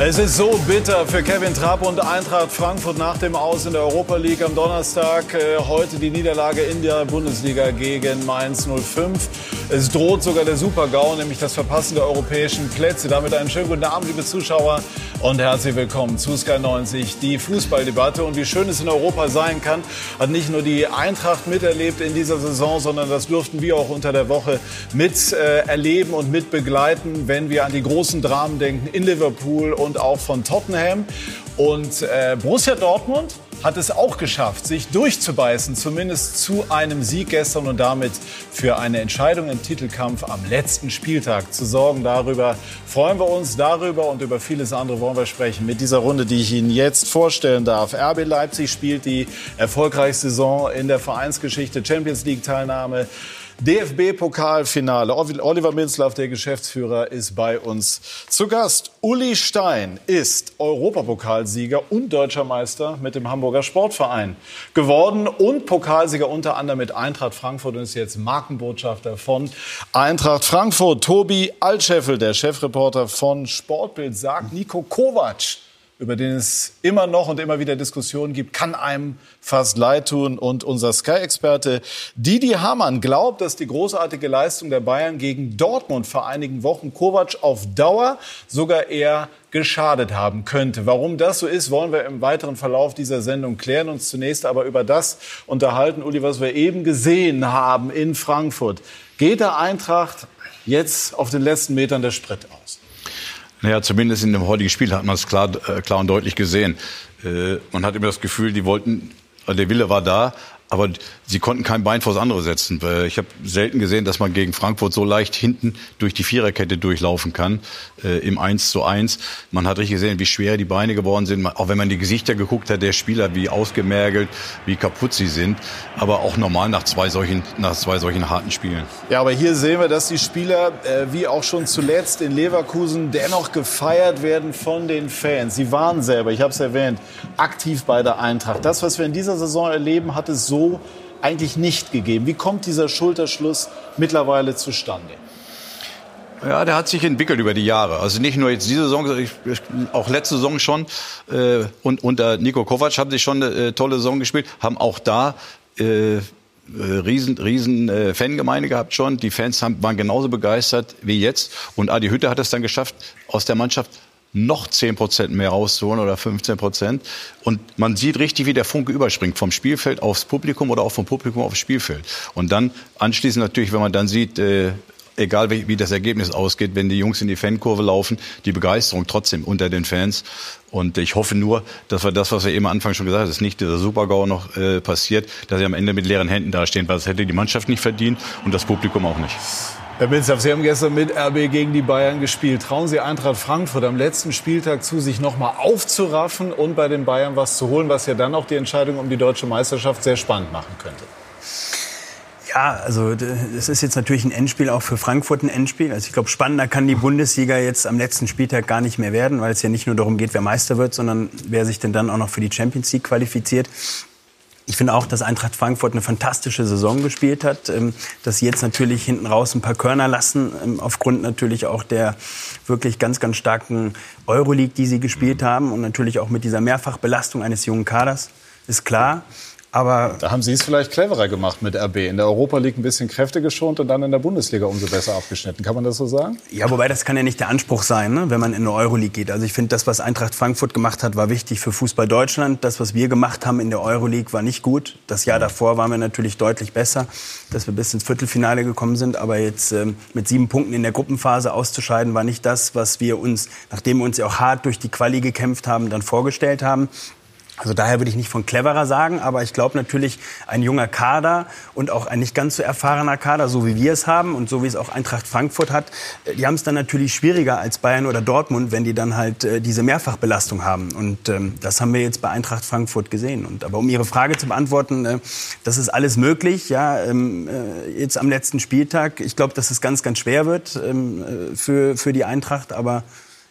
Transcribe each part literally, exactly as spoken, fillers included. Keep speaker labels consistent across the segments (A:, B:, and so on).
A: Es ist so bitter für Kevin Trapp und Eintracht Frankfurt nach dem Aus in der Europa League am Donnerstag. Äh, heute die Niederlage in der Bundesliga gegen Mainz null fünf. Es droht sogar der Super-GAU, nämlich das Verpassen der europäischen Plätze. Damit einen schönen guten Abend, liebe Zuschauer, und herzlich willkommen zu Sky neunzig, die Fußballdebatte. Und wie schön es in Europa sein kann, hat nicht nur die Eintracht miterlebt in dieser Saison, sondern das durften wir auch unter der Woche mit äh, erleben und mit begleiten, wenn wir an die großen Dramen denken in Liverpool und auch von Tottenham. Und äh, Borussia Dortmund hat es auch geschafft, sich durchzubeißen, zumindest zu einem Sieg gestern und damit für eine Entscheidung im Titelkampf am letzten Spieltag zu sorgen. Darüber freuen wir uns, darüber und über vieles andere wollen wir sprechen mit dieser Runde, die ich Ihnen jetzt vorstellen darf. R B Leipzig spielt die erfolgreichste Saison in der Vereinsgeschichte, Champions League Teilnahme, D F B-Pokalfinale. Oliver Minzlaff, der Geschäftsführer, ist bei uns zu Gast. Uli Stein ist Europapokalsieger und Deutscher Meister mit dem Hamburger Sportverein geworden und Pokalsieger unter anderem mit Eintracht Frankfurt und ist jetzt Markenbotschafter von Eintracht Frankfurt. Tobi Altscheffel, der Chefreporter von Sportbild, sagt, Niko Kovac, über den es immer noch und immer wieder Diskussionen gibt, kann einem fast leid tun. Und unser Sky-Experte Didi Hamann glaubt, dass die großartige Leistung der Bayern gegen Dortmund vor einigen Wochen Kovac auf Dauer sogar eher geschadet haben könnte. Warum das so ist, wollen wir im weiteren Verlauf dieser Sendung klären. Uns zunächst aber über das unterhalten, Uli, was wir eben gesehen haben in Frankfurt. Geht der Eintracht jetzt auf den letzten Metern der Sprit aus?
B: Naja, zumindest in dem heutigen Spiel hat man es klar, äh, klar und deutlich gesehen. Äh, man hat immer das Gefühl, die wollten, also der Wille war da, aber sie konnten kein Bein vors andere setzen. Ich habe selten gesehen, dass man gegen Frankfurt so leicht hinten durch die Viererkette durchlaufen kann, äh, im eins zu eins. Man hat richtig gesehen, wie schwer die Beine geworden sind. Auch wenn man die Gesichter geguckt hat, der Spieler, wie ausgemergelt, wie kaputt sie sind. Aber auch normal nach zwei solchen, nach zwei solchen harten Spielen.
A: Ja, aber hier sehen wir, dass die Spieler, äh, wie auch schon zuletzt in Leverkusen, dennoch gefeiert werden von den Fans. Sie waren selber, ich habe es erwähnt, aktiv bei der Eintracht. Das, was wir in dieser Saison erleben, hat es so eigentlich nicht gegeben. Wie kommt dieser Schulterschluss mittlerweile zustande?
B: Ja, der hat sich entwickelt über die Jahre. Also nicht nur jetzt diese Saison, auch letzte Saison schon. Äh, und unter Niko Kovac haben sie schon eine äh, tolle Saison gespielt, haben auch da äh, riesen, riesen äh, Fangemeinde gehabt schon. Die Fans haben, waren genauso begeistert wie jetzt. Und Adi Hütter hat es dann geschafft, aus der Mannschaft noch zehn Prozent mehr rauszuholen oder fünfzehn Prozent. Und man sieht richtig, wie der Funke überspringt. Vom Spielfeld aufs Publikum oder auch vom Publikum aufs Spielfeld. Und dann anschließend natürlich, wenn man dann sieht, äh, egal wie, wie das Ergebnis ausgeht, wenn die Jungs in die Fankurve laufen, die Begeisterung trotzdem unter den Fans. Und ich hoffe nur, dass wir das, was wir eben am Anfang schon gesagt haben, dass nicht dieser Super-GAU noch äh, passiert, dass sie am Ende mit leeren Händen dastehen, weil das hätte die Mannschaft nicht verdient und das Publikum auch nicht.
A: Herr Minzlaff, Sie haben gestern mit R B gegen die Bayern gespielt. Trauen Sie Eintracht Frankfurt am letzten Spieltag zu, sich noch mal aufzuraffen und bei den Bayern was zu holen, was ja dann auch die Entscheidung um die deutsche Meisterschaft sehr spannend machen könnte?
C: Ja, also es ist jetzt natürlich ein Endspiel, auch für Frankfurt ein Endspiel. Also ich glaube, spannender kann die Bundesliga jetzt am letzten Spieltag gar nicht mehr werden, weil es ja nicht nur darum geht, wer Meister wird, sondern wer sich denn dann auch noch für die Champions League qualifiziert. Ich finde auch, dass Eintracht Frankfurt eine fantastische Saison gespielt hat, dass sie jetzt natürlich hinten raus ein paar Körner lassen, aufgrund natürlich auch der wirklich ganz, ganz starken Euroleague, die sie gespielt haben und natürlich auch mit dieser Mehrfachbelastung eines jungen Kaders, ist klar. Aber
A: da haben Sie es vielleicht cleverer gemacht mit R B. In der Europa League ein bisschen Kräfte geschont und dann in der Bundesliga umso besser abgeschnitten. Kann man das so sagen?
C: Ja, wobei das kann ja nicht der Anspruch sein, ne, wenn man in eine Euroleague geht. Also ich finde, das, was Eintracht Frankfurt gemacht hat, war wichtig für Fußball Deutschland. Das, was wir gemacht haben in der Euroleague, war nicht gut. Das Jahr davor waren wir natürlich deutlich besser, dass wir bis ins Viertelfinale gekommen sind. Aber jetzt ähm, mit sieben Punkten in der Gruppenphase auszuscheiden, war nicht das, was wir uns, nachdem wir uns ja auch hart durch die Quali gekämpft haben, dann vorgestellt haben. Also daher würde ich nicht von cleverer sagen, aber ich glaube natürlich, ein junger Kader und auch ein nicht ganz so erfahrener Kader, so wie wir es haben und so wie es auch Eintracht Frankfurt hat, die haben es dann natürlich schwieriger als Bayern oder Dortmund, wenn die dann halt äh, diese Mehrfachbelastung haben. Und ähm, das haben wir jetzt bei Eintracht Frankfurt gesehen. Und aber um Ihre Frage zu beantworten, äh, das ist alles möglich, ja, ähm, äh, jetzt am letzten Spieltag. Ich glaube, dass es ganz, ganz schwer wird ähm, für, für die Eintracht, aber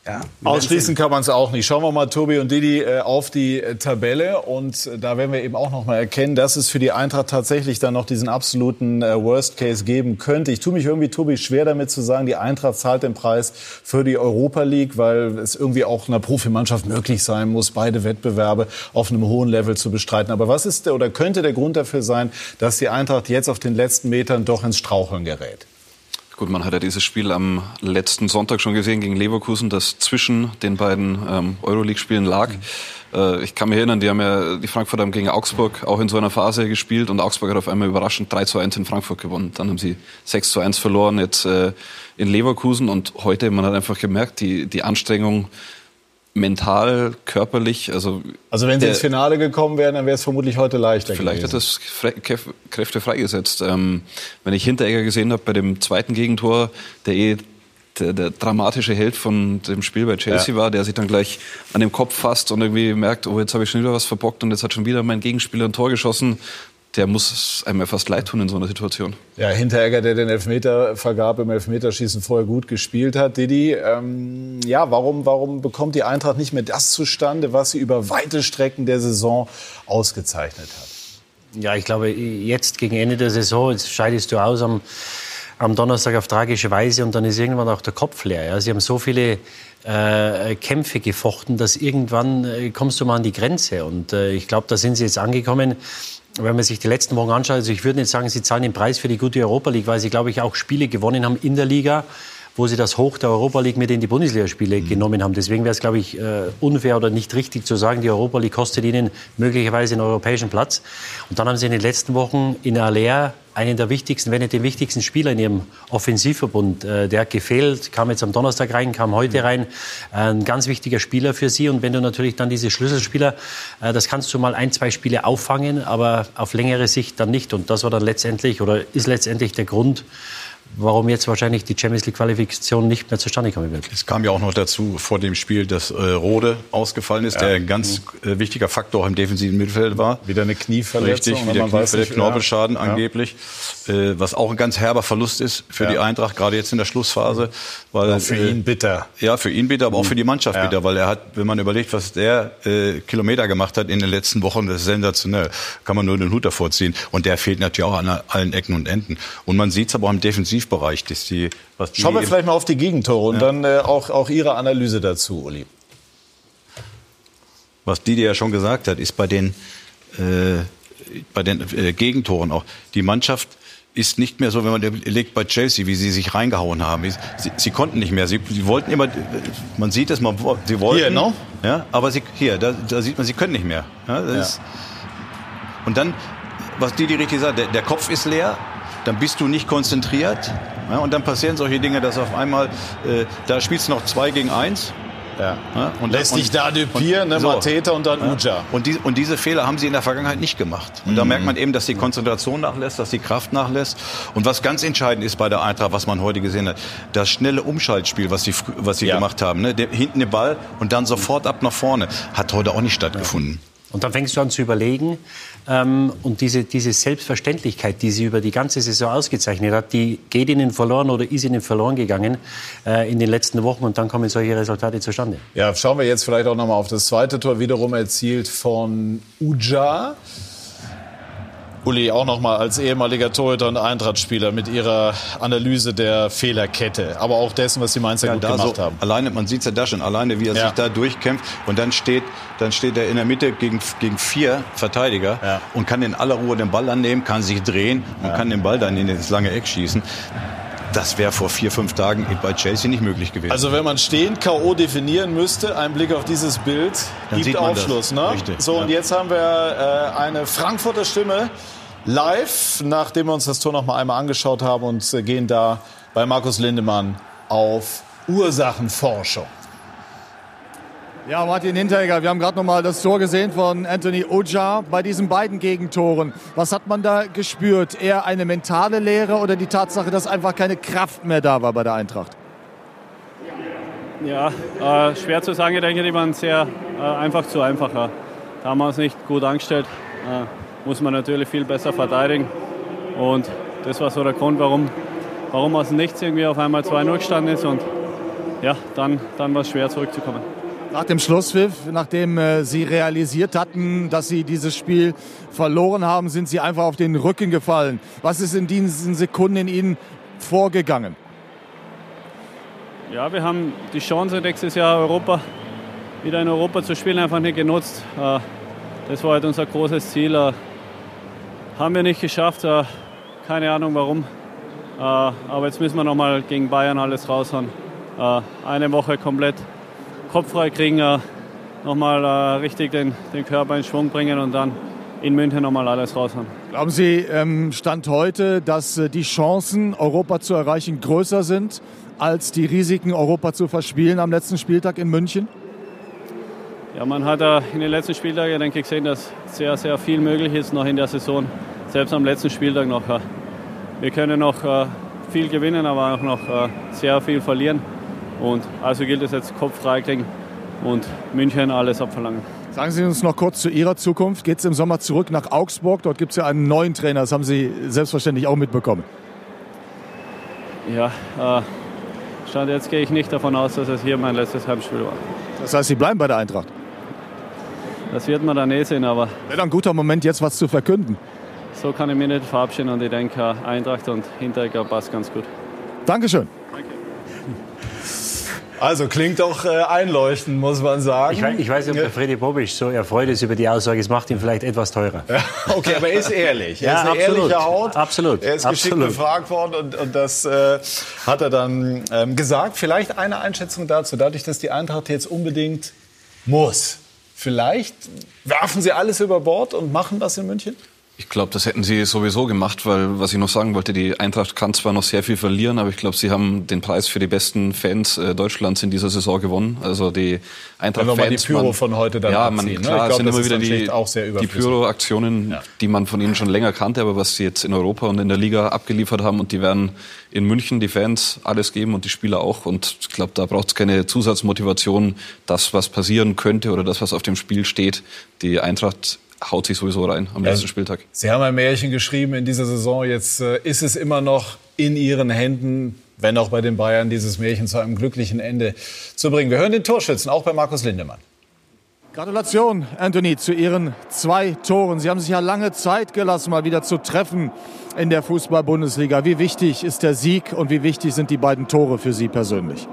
C: Ja,
A: ausschließen kann man es auch nicht. Schauen wir mal, Tobi und Didi, äh, auf die äh, Tabelle. Und äh, da werden wir eben auch noch mal erkennen, dass es für die Eintracht tatsächlich dann noch diesen absoluten äh, Worst Case geben könnte. Ich tue mich irgendwie, Tobi, schwer damit zu sagen, die Eintracht zahlt den Preis für die Europa League, weil es irgendwie auch einer Profimannschaft möglich sein muss, beide Wettbewerbe auf einem hohen Level zu bestreiten. Aber was ist der, oder könnte der Grund dafür sein, dass die Eintracht jetzt auf den letzten Metern doch ins Straucheln gerät?
D: Gut, man hat ja dieses Spiel am letzten Sonntag schon gesehen gegen Leverkusen, das zwischen den beiden ähm, Euroleague-Spielen lag. Mhm. Äh, ich kann mich erinnern, die haben ja, die Frankfurter haben gegen Augsburg auch in so einer Phase gespielt und Augsburg hat auf einmal überraschend drei zu eins in Frankfurt gewonnen. Dann haben sie sechs zu eins verloren jetzt äh, in Leverkusen und heute, man hat einfach gemerkt, die, die Anstrengung mental, körperlich, also...
A: Also wenn sie ins Finale gekommen wären, dann wäre es vermutlich heute leichter
D: vielleicht
A: gewesen.
D: Vielleicht hat das Kräfte freigesetzt. Ähm, wenn ich Hinteregger gesehen habe bei dem zweiten Gegentor, der eh der, der dramatische Held von dem Spiel bei Chelsea ja. war, der sich dann gleich an den Kopf fasst und irgendwie merkt, oh, jetzt habe ich schon wieder was verbockt und jetzt hat schon wieder mein Gegenspieler ein Tor geschossen. Der muss einem ja fast leid tun in so einer Situation.
A: Ja, Hinteregger, der den Elfmeter vergab, im Elfmeterschießen vorher gut gespielt hat. Didi, ähm, ja, warum, warum bekommt die Eintracht nicht mehr das zustande, was sie über weite Strecken der Saison ausgezeichnet hat?
E: Ja, ich glaube, jetzt gegen Ende der Saison, jetzt scheidest du aus am, am Donnerstag auf tragische Weise und dann ist irgendwann auch der Kopf leer. Ja. Sie haben so viele äh, Kämpfe gefochten, dass irgendwann äh, kommst du mal an die Grenze. Und äh, ich glaube, da sind sie jetzt angekommen. Wenn man sich die letzten Wochen anschaut, also ich würde nicht sagen, sie zahlen den Preis für die gute Europa League, weil sie, glaube ich, auch Spiele gewonnen haben in der Liga, wo sie das Hoch der Europa League mit in die Bundesligaspiele mhm. genommen haben. Deswegen wäre es, glaube ich, unfair oder nicht richtig zu sagen, die Europa League kostet ihnen möglicherweise einen europäischen Platz. Und dann haben sie in den letzten Wochen in Aller einen der wichtigsten, wenn nicht den wichtigsten Spieler in ihrem Offensivverbund. Der hat gefehlt, kam jetzt am Donnerstag rein, kam heute rein. Ein ganz wichtiger Spieler für sie. Und wenn du natürlich dann diese Schlüsselspieler, das kannst du mal ein, zwei Spiele auffangen, aber auf längere Sicht dann nicht. Und das war dann letztendlich oder ist letztendlich der Grund, warum jetzt wahrscheinlich die Champions-League-Qualifikation nicht mehr zustande kommen wird.
B: Es kam ja auch noch dazu vor dem Spiel, dass äh, Rode ausgefallen ist, ja. der ein ganz äh, wichtiger Faktor auch im defensiven Mittelfeld war.
A: Wieder eine Knieverletzung.
B: Richtig, wieder Knieverletzung, Knorpelschaden ja. angeblich. Äh, was auch ein ganz herber Verlust ist für ja. die Eintracht, gerade jetzt in der Schlussphase. Weil,
A: auch für äh, ihn bitter.
B: Ja, für ihn bitter, aber auch für die Mannschaft
A: ja.
B: bitter. Weil er hat, wenn man überlegt, was der äh, Kilometer gemacht hat in den letzten Wochen, das ist sensationell. Kann man nur den Hut davor ziehen. Und der fehlt natürlich auch an allen Ecken und Enden. Und man sieht es aber auch im Defensivbereich, dass die Was
A: Schauen wir vielleicht mal auf die Gegentore und ja. dann äh, auch, auch Ihre Analyse dazu, Uli.
B: Was Didi ja schon gesagt hat, ist bei den, äh, bei den äh, Gegentoren auch. Die Mannschaft ist nicht mehr so, wenn man legt bei Chelsea, wie sie sich reingehauen haben. Sie, sie konnten nicht mehr. Sie, sie wollten immer, man sieht es, man, sie wollten.
A: Hier, no?
B: Ja, aber sie, hier, da, da sieht man, sie können nicht mehr. Ja, das ja. Ist, und dann, was Didi richtig sagt, der, der Kopf ist leer. Dann bist du nicht konzentriert ja, und dann passieren solche Dinge, dass auf einmal, äh, da spielst du noch zwei gegen eins.
A: Ja. Ja, und lässt dich da düpieren, ne, so. Mateta und dann ja. Uja.
B: Und, die, und diese Fehler haben sie in der Vergangenheit nicht gemacht. Und mhm. da merkt man eben, dass die Konzentration nachlässt, dass die Kraft nachlässt. Und was ganz entscheidend ist bei der Eintracht, was man heute gesehen hat, das schnelle Umschaltspiel, was sie, was sie ja. gemacht haben. Ne? Der, hinten den Ball und dann sofort ab nach vorne. Hat heute auch nicht stattgefunden. Ja.
E: Und dann fängst du an zu überlegen ähm, und diese, diese Selbstverständlichkeit, die sie über die ganze Saison ausgezeichnet hat, die geht ihnen verloren oder ist ihnen verloren gegangen äh, in den letzten Wochen und dann kommen solche Resultate zustande.
A: Ja, schauen wir jetzt vielleicht auch noch mal auf das zweite Tor, wiederum erzielt von Uja. Uli, auch noch mal als ehemaliger Torhüter und Eintracht-Spieler mit Ihrer Analyse der Fehlerkette, aber auch dessen, was die Mainzer ja, gut gemacht so, haben.
B: Alleine, man sieht es ja da schon, alleine wie er ja. sich da durchkämpft und dann steht, dann steht er in der Mitte gegen, gegen vier Verteidiger ja. und kann in aller Ruhe den Ball annehmen, kann sich drehen und ja. kann den Ball dann in das lange Eck schießen. Das wäre vor vier, fünf Tagen bei Chelsea nicht möglich gewesen.
A: Also wenn man stehend K O definieren müsste, ein Blick auf dieses Bild
B: dann
A: gibt Aufschluss. Ne?
B: Richtig,
A: so, ja. und jetzt haben wir äh, eine Frankfurter Stimme live, nachdem wir uns das Tor noch mal einmal angeschaut haben und äh, gehen da bei Markus Lindemann auf Ursachenforschung.
F: Ja, Martin Hinteregger, wir haben gerade noch mal das Tor gesehen von Anthony Uja bei diesen beiden Gegentoren. Was hat man da gespürt? Eher eine mentale Leere oder die Tatsache, dass einfach keine Kraft mehr da war bei der Eintracht?
G: Ja, äh, schwer zu sagen. Ich denke, die waren sehr äh, einfach zu einfacher. Da haben wir uns nicht gut angestellt. Äh, muss man natürlich viel besser verteidigen. Und das war so der Grund, warum, warum aus dem Nichts irgendwie auf einmal zwei null gestanden ist. Und ja, dann, dann war es schwer zurückzukommen.
F: Nach dem Schlusspfiff, nachdem äh, Sie realisiert hatten, dass Sie dieses Spiel verloren haben, sind Sie einfach auf den Rücken gefallen. Was ist in diesen Sekunden in Ihnen vorgegangen?
G: Ja, wir haben die Chance, nächstes Jahr Europa, wieder in Europa zu spielen, einfach nicht genutzt. Äh, das war halt unser großes Ziel. Äh, haben wir nicht geschafft, äh, keine Ahnung warum. Äh, aber jetzt müssen wir noch mal gegen Bayern alles raushauen. Äh, eine Woche komplett kopffrei kriegen, äh, nochmal äh, richtig den, den Körper in Schwung bringen und dann in München nochmal alles raushauen.
F: Glauben Sie, ähm, Stand heute, dass äh, die Chancen, Europa zu erreichen, größer sind, als die Risiken, Europa zu verspielen am letzten Spieltag in München?
G: Ja, man hat äh, in den letzten Spieltagen, denke ich, gesehen, dass sehr, sehr viel möglich ist noch in der Saison. Selbst am letzten Spieltag noch. Äh, wir können noch äh, viel gewinnen, aber auch noch äh, sehr viel verlieren. Und also gilt es jetzt Kopf frei kriegen und München alles abverlangen.
F: Sagen Sie uns noch kurz zu Ihrer Zukunft. Geht es im Sommer zurück nach Augsburg? Dort gibt es ja einen neuen Trainer. Das haben Sie selbstverständlich auch mitbekommen.
G: Ja, äh, Stand jetzt gehe ich nicht davon aus, dass es hier mein letztes Heimspiel war.
F: Das heißt, Sie bleiben bei der Eintracht?
G: Das wird man dann eh sehen, aber...
F: Wäre ein guter Moment, jetzt was zu verkünden.
G: So kann ich mich nicht verabschieden und ich denke, Eintracht und Hinteregger passt ganz gut.
F: Dankeschön.
A: Also klingt doch äh, einleuchtend, muss man sagen.
E: Ich weiß, ich weiß nicht, ob der Freddy Bobic so erfreut ist über die Aussage, es macht ihn vielleicht etwas teurer.
A: Ja, okay, aber er ist ehrlich. Er
E: ja,
A: ist eine
E: absolut,
A: ehrliche Haut.
E: Absolut.
A: Er ist geschickt
E: absolut.
A: gefragt worden und, und das äh, hat er dann ähm, gesagt. Vielleicht eine Einschätzung dazu, dadurch, dass die Eintracht jetzt unbedingt muss. Vielleicht werfen sie alles über Bord und machen das in München?
D: Ich glaube, das hätten sie sowieso gemacht, weil, was ich noch sagen wollte, die Eintracht kann zwar noch sehr viel verlieren, aber ich glaube, sie haben den Preis für die besten Fans äh, Deutschlands in dieser Saison gewonnen. Also die Eintracht-Fans...
A: Wenn wir mal die Pyro man, von heute dann
D: ja,
A: abziehen.
D: Man, klar,
A: ne? Ich
D: glaub, es sind immer wieder die,
A: auch sehr
D: die Pyro-Aktionen, ja. die man von ihnen schon länger kannte, aber was sie jetzt in Europa und in der Liga abgeliefert haben, und die werden in München die Fans alles geben und die Spieler auch. Und ich glaube, da braucht es keine Zusatzmotivation, das, was passieren könnte oder das, was auf dem Spiel steht. Die Eintracht haut sich sowieso rein am letzten Spieltag.
A: Sie haben ein Märchen geschrieben in dieser Saison. Jetzt äh, ist es immer noch in Ihren Händen, wenn auch bei den Bayern, dieses Märchen zu einem glücklichen Ende zu bringen. Wir hören den Torschützen, auch bei Markus Lindemann.
F: Gratulation, Anthony, zu Ihren zwei Toren. Sie haben sich ja lange Zeit gelassen, mal wieder zu treffen in der Fußball-Bundesliga. Wie wichtig ist der Sieg und wie wichtig sind die beiden Tore für Sie persönlich?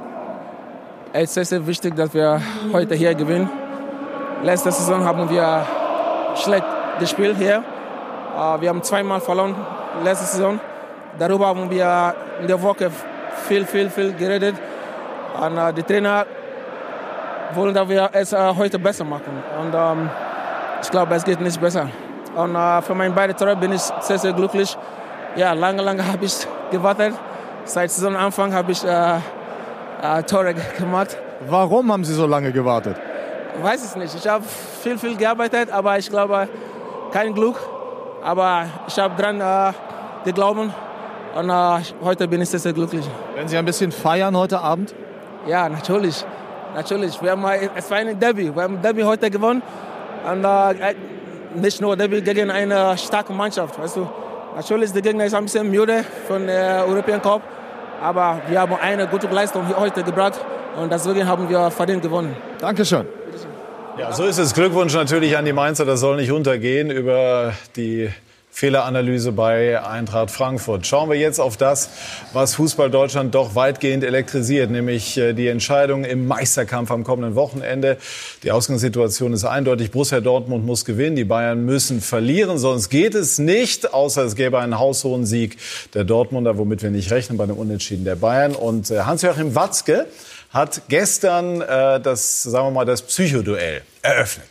H: Es ist sehr wichtig, dass wir heute hier gewinnen. Letzte Saison haben wir schlecht gespielt hier. Wir haben zweimal verloren letzte Saison. Darüber haben wir in der Woche viel, viel, viel geredet. Und die Trainer wollen, dass wir es heute besser machen. Und ähm, ich glaube, es geht nicht besser. Und äh, für meine beiden Tore bin ich sehr, sehr glücklich. Ja, lange, lange habe ich gewartet. Seit Saisonanfang habe ich äh, äh, Tore gemacht.
F: Warum haben Sie so lange gewartet?
H: Ich weiß es nicht. Ich habe viel, viel gearbeitet, aber ich glaube, kein Glück. Aber ich habe dran äh, geglaubt und äh, heute bin ich sehr, sehr glücklich.
F: Werden Sie ein bisschen feiern heute Abend?
H: Ja, natürlich. Natürlich. Wir haben, es war ein Derby. Wir haben ein Derby heute gewonnen. Und äh, nicht nur Derby gegen eine starke Mannschaft. Weißt du? Natürlich ist der Gegner ein bisschen müde von der European Cup. Aber wir haben eine gute Leistung heute gebracht. Und deswegen haben wir verdient gewonnen.
F: Dankeschön.
A: Ja, so ist es. Glückwunsch natürlich an die Mainzer. Das soll nicht untergehen über die Fehleranalyse bei Eintracht Frankfurt. Schauen wir jetzt auf das, was Fußball Deutschland doch weitgehend elektrisiert, nämlich die Entscheidung im Meisterkampf am kommenden Wochenende. Die Ausgangssituation ist eindeutig. Borussia Dortmund muss gewinnen, die Bayern müssen verlieren, sonst geht es nicht, außer es gäbe einen haushohen Sieg der Dortmunder, womit wir nicht rechnen bei dem Unentschieden der Bayern. Und Hans-Joachim Watzke hat gestern äh, das, sagen wir mal, das Psychoduell eröffnet.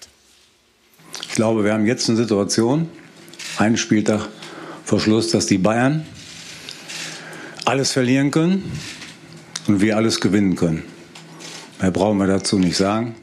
I: Ich glaube, wir haben jetzt eine Situation, einen Spieltag vor Schluss, dass die Bayern alles verlieren können und wir alles gewinnen können. Mehr brauchen wir dazu nicht sagen.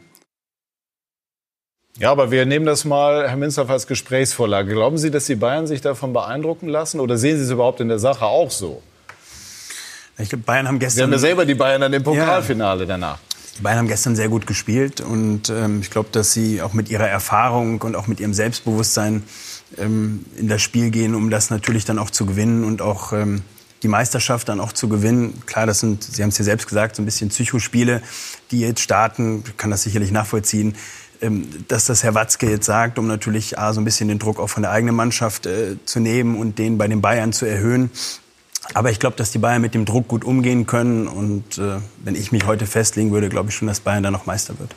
A: Ja, aber wir nehmen das mal, Herr Minzlaff, als Gesprächsvorlage. Glauben Sie, dass die Bayern sich davon beeindrucken lassen oder sehen Sie es überhaupt in der Sache auch so?
C: Ich glaube, Bayern haben gestern...
A: Sie haben ja selber die Bayern an dem Pokalfinale ja. danach.
C: Die Bayern haben gestern sehr gut gespielt und ähm, ich glaube, dass sie auch mit ihrer Erfahrung und auch mit ihrem Selbstbewusstsein ähm, in das Spiel gehen, um das natürlich dann auch zu gewinnen und auch ähm, die Meisterschaft dann auch zu gewinnen. Klar, das sind, Sie haben es ja selbst gesagt, so ein bisschen Psychospiele, die jetzt starten. Ich kann das sicherlich nachvollziehen, dass das Herr Watzke jetzt sagt, um natürlich A, so ein bisschen den Druck auch von der eigenen Mannschaft äh, zu nehmen und den bei den Bayern zu erhöhen. Aber ich glaube, dass die Bayern mit dem Druck gut umgehen können. Und äh, wenn ich mich heute festlegen würde, glaube ich schon, dass Bayern dann noch Meister wird.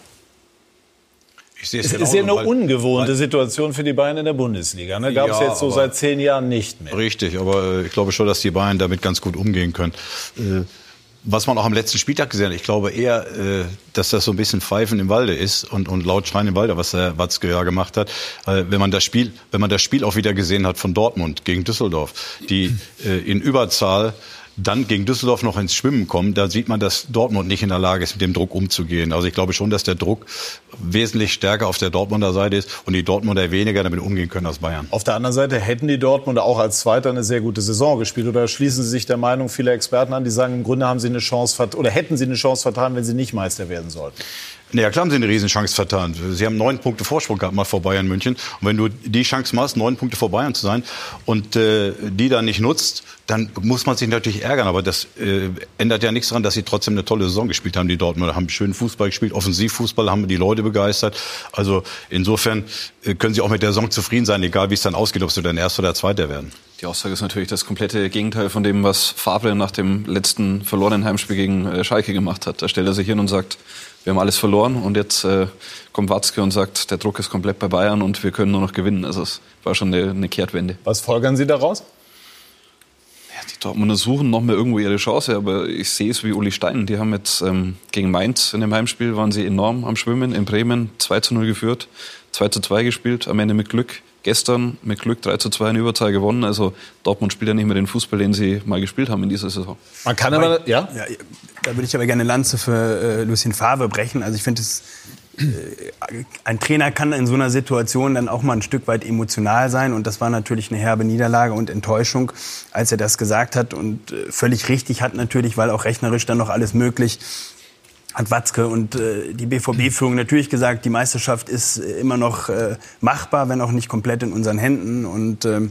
A: Ich sehe es ist ja eine ungewohnte Situation für die Bayern in der Bundesliga. Ne? Gab es ja, jetzt so seit zehn Jahren nicht mehr.
B: Richtig, aber ich glaube schon, dass die Bayern damit ganz gut umgehen können. Äh, Was man auch am letzten Spieltag gesehen hat, ich glaube eher, äh, dass das so ein bisschen Pfeifen im Walde ist und, und laut Schreien im Walde, was der Watzke ja gemacht hat. Äh, wenn man das Spiel, wenn man das Spiel auch wieder gesehen hat von Dortmund gegen Düsseldorf, die äh, in Überzahl dann gegen Düsseldorf noch ins Schwimmen kommen, da sieht man, dass Dortmund nicht in der Lage ist, mit dem Druck umzugehen. Also ich glaube schon, dass der Druck wesentlich stärker auf der Dortmunder Seite ist und die Dortmunder weniger damit umgehen können als Bayern.
A: Auf der anderen Seite hätten die Dortmunder auch als Zweiter eine sehr gute Saison gespielt. Oder schließen Sie sich der Meinung vieler Experten an, die sagen, im Grunde haben sie eine Chance vert- oder hätten sie eine Chance vertan, wenn sie nicht Meister werden sollten?
B: Ja, klar haben sie eine Riesenchance vertan. Sie haben neun Punkte Vorsprung gehabt mal vor Bayern München. Und wenn du die Chance machst, neun Punkte vor Bayern zu sein und äh, die dann nicht nutzt, dann muss man sich natürlich ärgern. Aber das äh, ändert ja nichts daran, dass sie trotzdem eine tolle Saison gespielt haben. Die Dortmunder haben schönen Fußball gespielt, Offensivfußball, haben die Leute begeistert. Also insofern äh, können sie auch mit der Saison zufrieden sein, egal wie es dann ausgeht, ob sie dann Erster oder Zweiter werden.
D: Die Aussage ist natürlich das komplette Gegenteil von dem, was Favre nach dem letzten verlorenen Heimspiel gegen äh, Schalke gemacht hat. Da stellt er sich hin und sagt, wir haben alles verloren und jetzt äh, kommt Watzke und sagt, der Druck ist komplett bei Bayern und wir können nur noch gewinnen. Also es war schon eine, eine Kehrtwende.
A: Was folgern Sie daraus?
D: Ja, die Dortmunder suchen noch mal irgendwo ihre Chance, aber ich sehe es wie Uli Stein. Die haben jetzt ähm, gegen Mainz in dem Heimspiel, waren sie enorm am Schwimmen. In Bremen zwei zu null geführt, zwei zu zwei gespielt, am Ende mit Glück. Gestern mit Glück drei zu zwei in Überzahl gewonnen. Also Dortmund spielt ja nicht mehr den Fußball, den sie mal gespielt haben in dieser Saison.
A: Man kann aber, aber ja?
C: ja? Da würde ich aber gerne eine Lanze für äh, Lucien Favre brechen. Also ich finde, äh, ein Trainer kann in so einer Situation dann auch mal ein Stück weit emotional sein. Und das war natürlich eine herbe Niederlage und Enttäuschung, als er das gesagt hat. Und äh, völlig richtig hat natürlich, weil auch rechnerisch dann noch alles möglich hat Watzke und äh, die B V B-Führung natürlich gesagt, die Meisterschaft ist äh, immer noch äh, machbar, wenn auch nicht komplett in unseren Händen. Und ähm,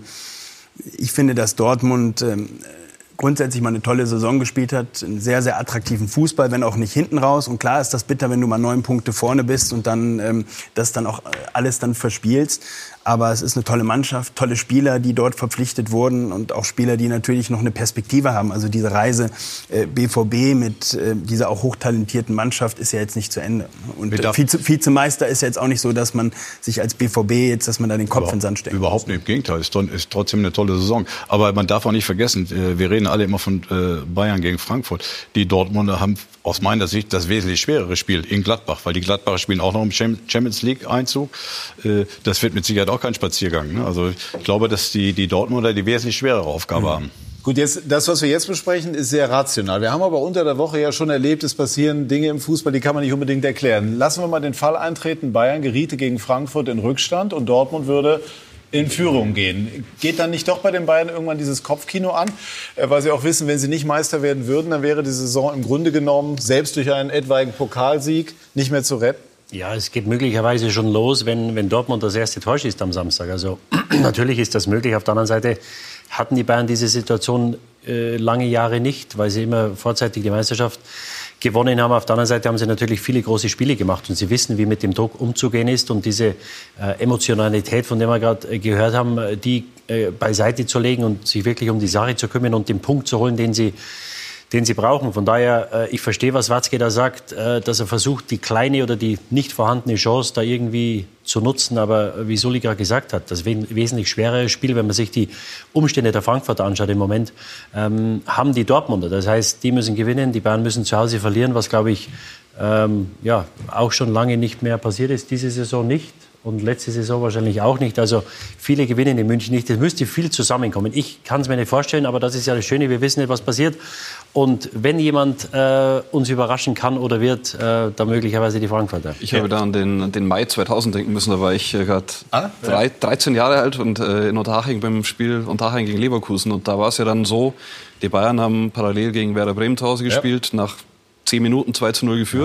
C: ich finde, dass Dortmund ähm, grundsätzlich mal eine tolle Saison gespielt hat, einen sehr, sehr attraktiven Fußball, wenn auch nicht hinten raus. Und klar ist das bitter, wenn du mal neun Punkte vorne bist und dann ähm, das dann auch alles dann verspielst. Aber es ist eine tolle Mannschaft, tolle Spieler, die dort verpflichtet wurden und auch Spieler, die natürlich noch eine Perspektive haben. Also diese Reise äh, B V B mit äh, dieser auch hochtalentierten Mannschaft ist ja jetzt nicht zu Ende. Und äh, Vize, Vizemeister ist ja jetzt auch nicht so, dass man sich als B V B jetzt, dass man da den Kopf
B: überhaupt,
C: in den Sand steckt.
B: Überhaupt nicht, im Gegenteil. Ist, ist trotzdem eine tolle Saison. Aber man darf auch nicht vergessen, äh, wir reden alle immer von äh, Bayern gegen Frankfurt. Die Dortmunder haben aus meiner Sicht das wesentlich schwerere Spiel in Gladbach, weil die Gladbacher spielen auch noch im Champions League Einzug. Äh, das wird mit Sicherheit auch kein Spaziergang. Ne? Also ich glaube, dass die, die Dortmunder die wesentlich schwerere Aufgabe mhm. haben.
A: Gut, jetzt, das, was wir jetzt besprechen, ist sehr rational. Wir haben aber unter der Woche ja schon erlebt, es passieren Dinge im Fußball, die kann man nicht unbedingt erklären. Lassen wir mal den Fall eintreten, Bayern geriete gegen Frankfurt in Rückstand und Dortmund würde in Führung gehen. Geht dann nicht doch bei den Bayern irgendwann dieses Kopfkino an? Weil sie auch wissen, wenn sie nicht Meister werden würden, dann wäre die Saison im Grunde genommen, selbst durch einen etwaigen Pokalsieg, nicht mehr zu retten?
E: Ja, es geht möglicherweise schon los, wenn, wenn Dortmund das erste Tor schießt am Samstag. Also natürlich ist das möglich. Auf der anderen Seite hatten die Bayern diese Situation äh, lange Jahre nicht, weil sie immer vorzeitig die Meisterschaft gewonnen haben. Auf der anderen Seite haben sie natürlich viele große Spiele gemacht und sie wissen, wie mit dem Druck umzugehen ist und diese äh, Emotionalität, von der wir gerade äh, gehört haben, die äh, beiseite zu legen und sich wirklich um die Sache zu kümmern und den Punkt zu holen, den sie den sie brauchen. Von daher, äh, ich verstehe, was Watzke da sagt, äh, dass er versucht, die kleine oder die nicht vorhandene Chance da irgendwie zu nutzen. Aber wie Sully gerade gesagt hat, das we- wesentlich schwerere Spiel, wenn man sich die Umstände der Frankfurter anschaut im Moment, ähm, haben die Dortmunder. Das heißt, die müssen gewinnen, die Bayern müssen zu Hause verlieren, was, glaube ich, ähm, ja, auch schon lange nicht mehr passiert ist. Diese Saison nicht. Und letzte Saison wahrscheinlich auch nicht. Also viele gewinnen in München nicht. Es müsste viel zusammenkommen. Ich kann es mir nicht vorstellen, aber das ist ja das Schöne. Wir wissen nicht, was passiert. Und wenn jemand äh, uns überraschen kann oder wird, äh, dann möglicherweise die Frankfurter.
D: Ich habe da an den, an den Mai zweitausend denken müssen. Da war ich äh, gerade ah, ja. dreizehn Jahre alt und äh, in Unterhaching beim Spiel Unterhaching gegen Leverkusen. Und da war es ja dann so, die Bayern haben parallel gegen Werder Bremen zu Hause gespielt, ja. nach zehn Minuten zwei zu null geführt. Ja.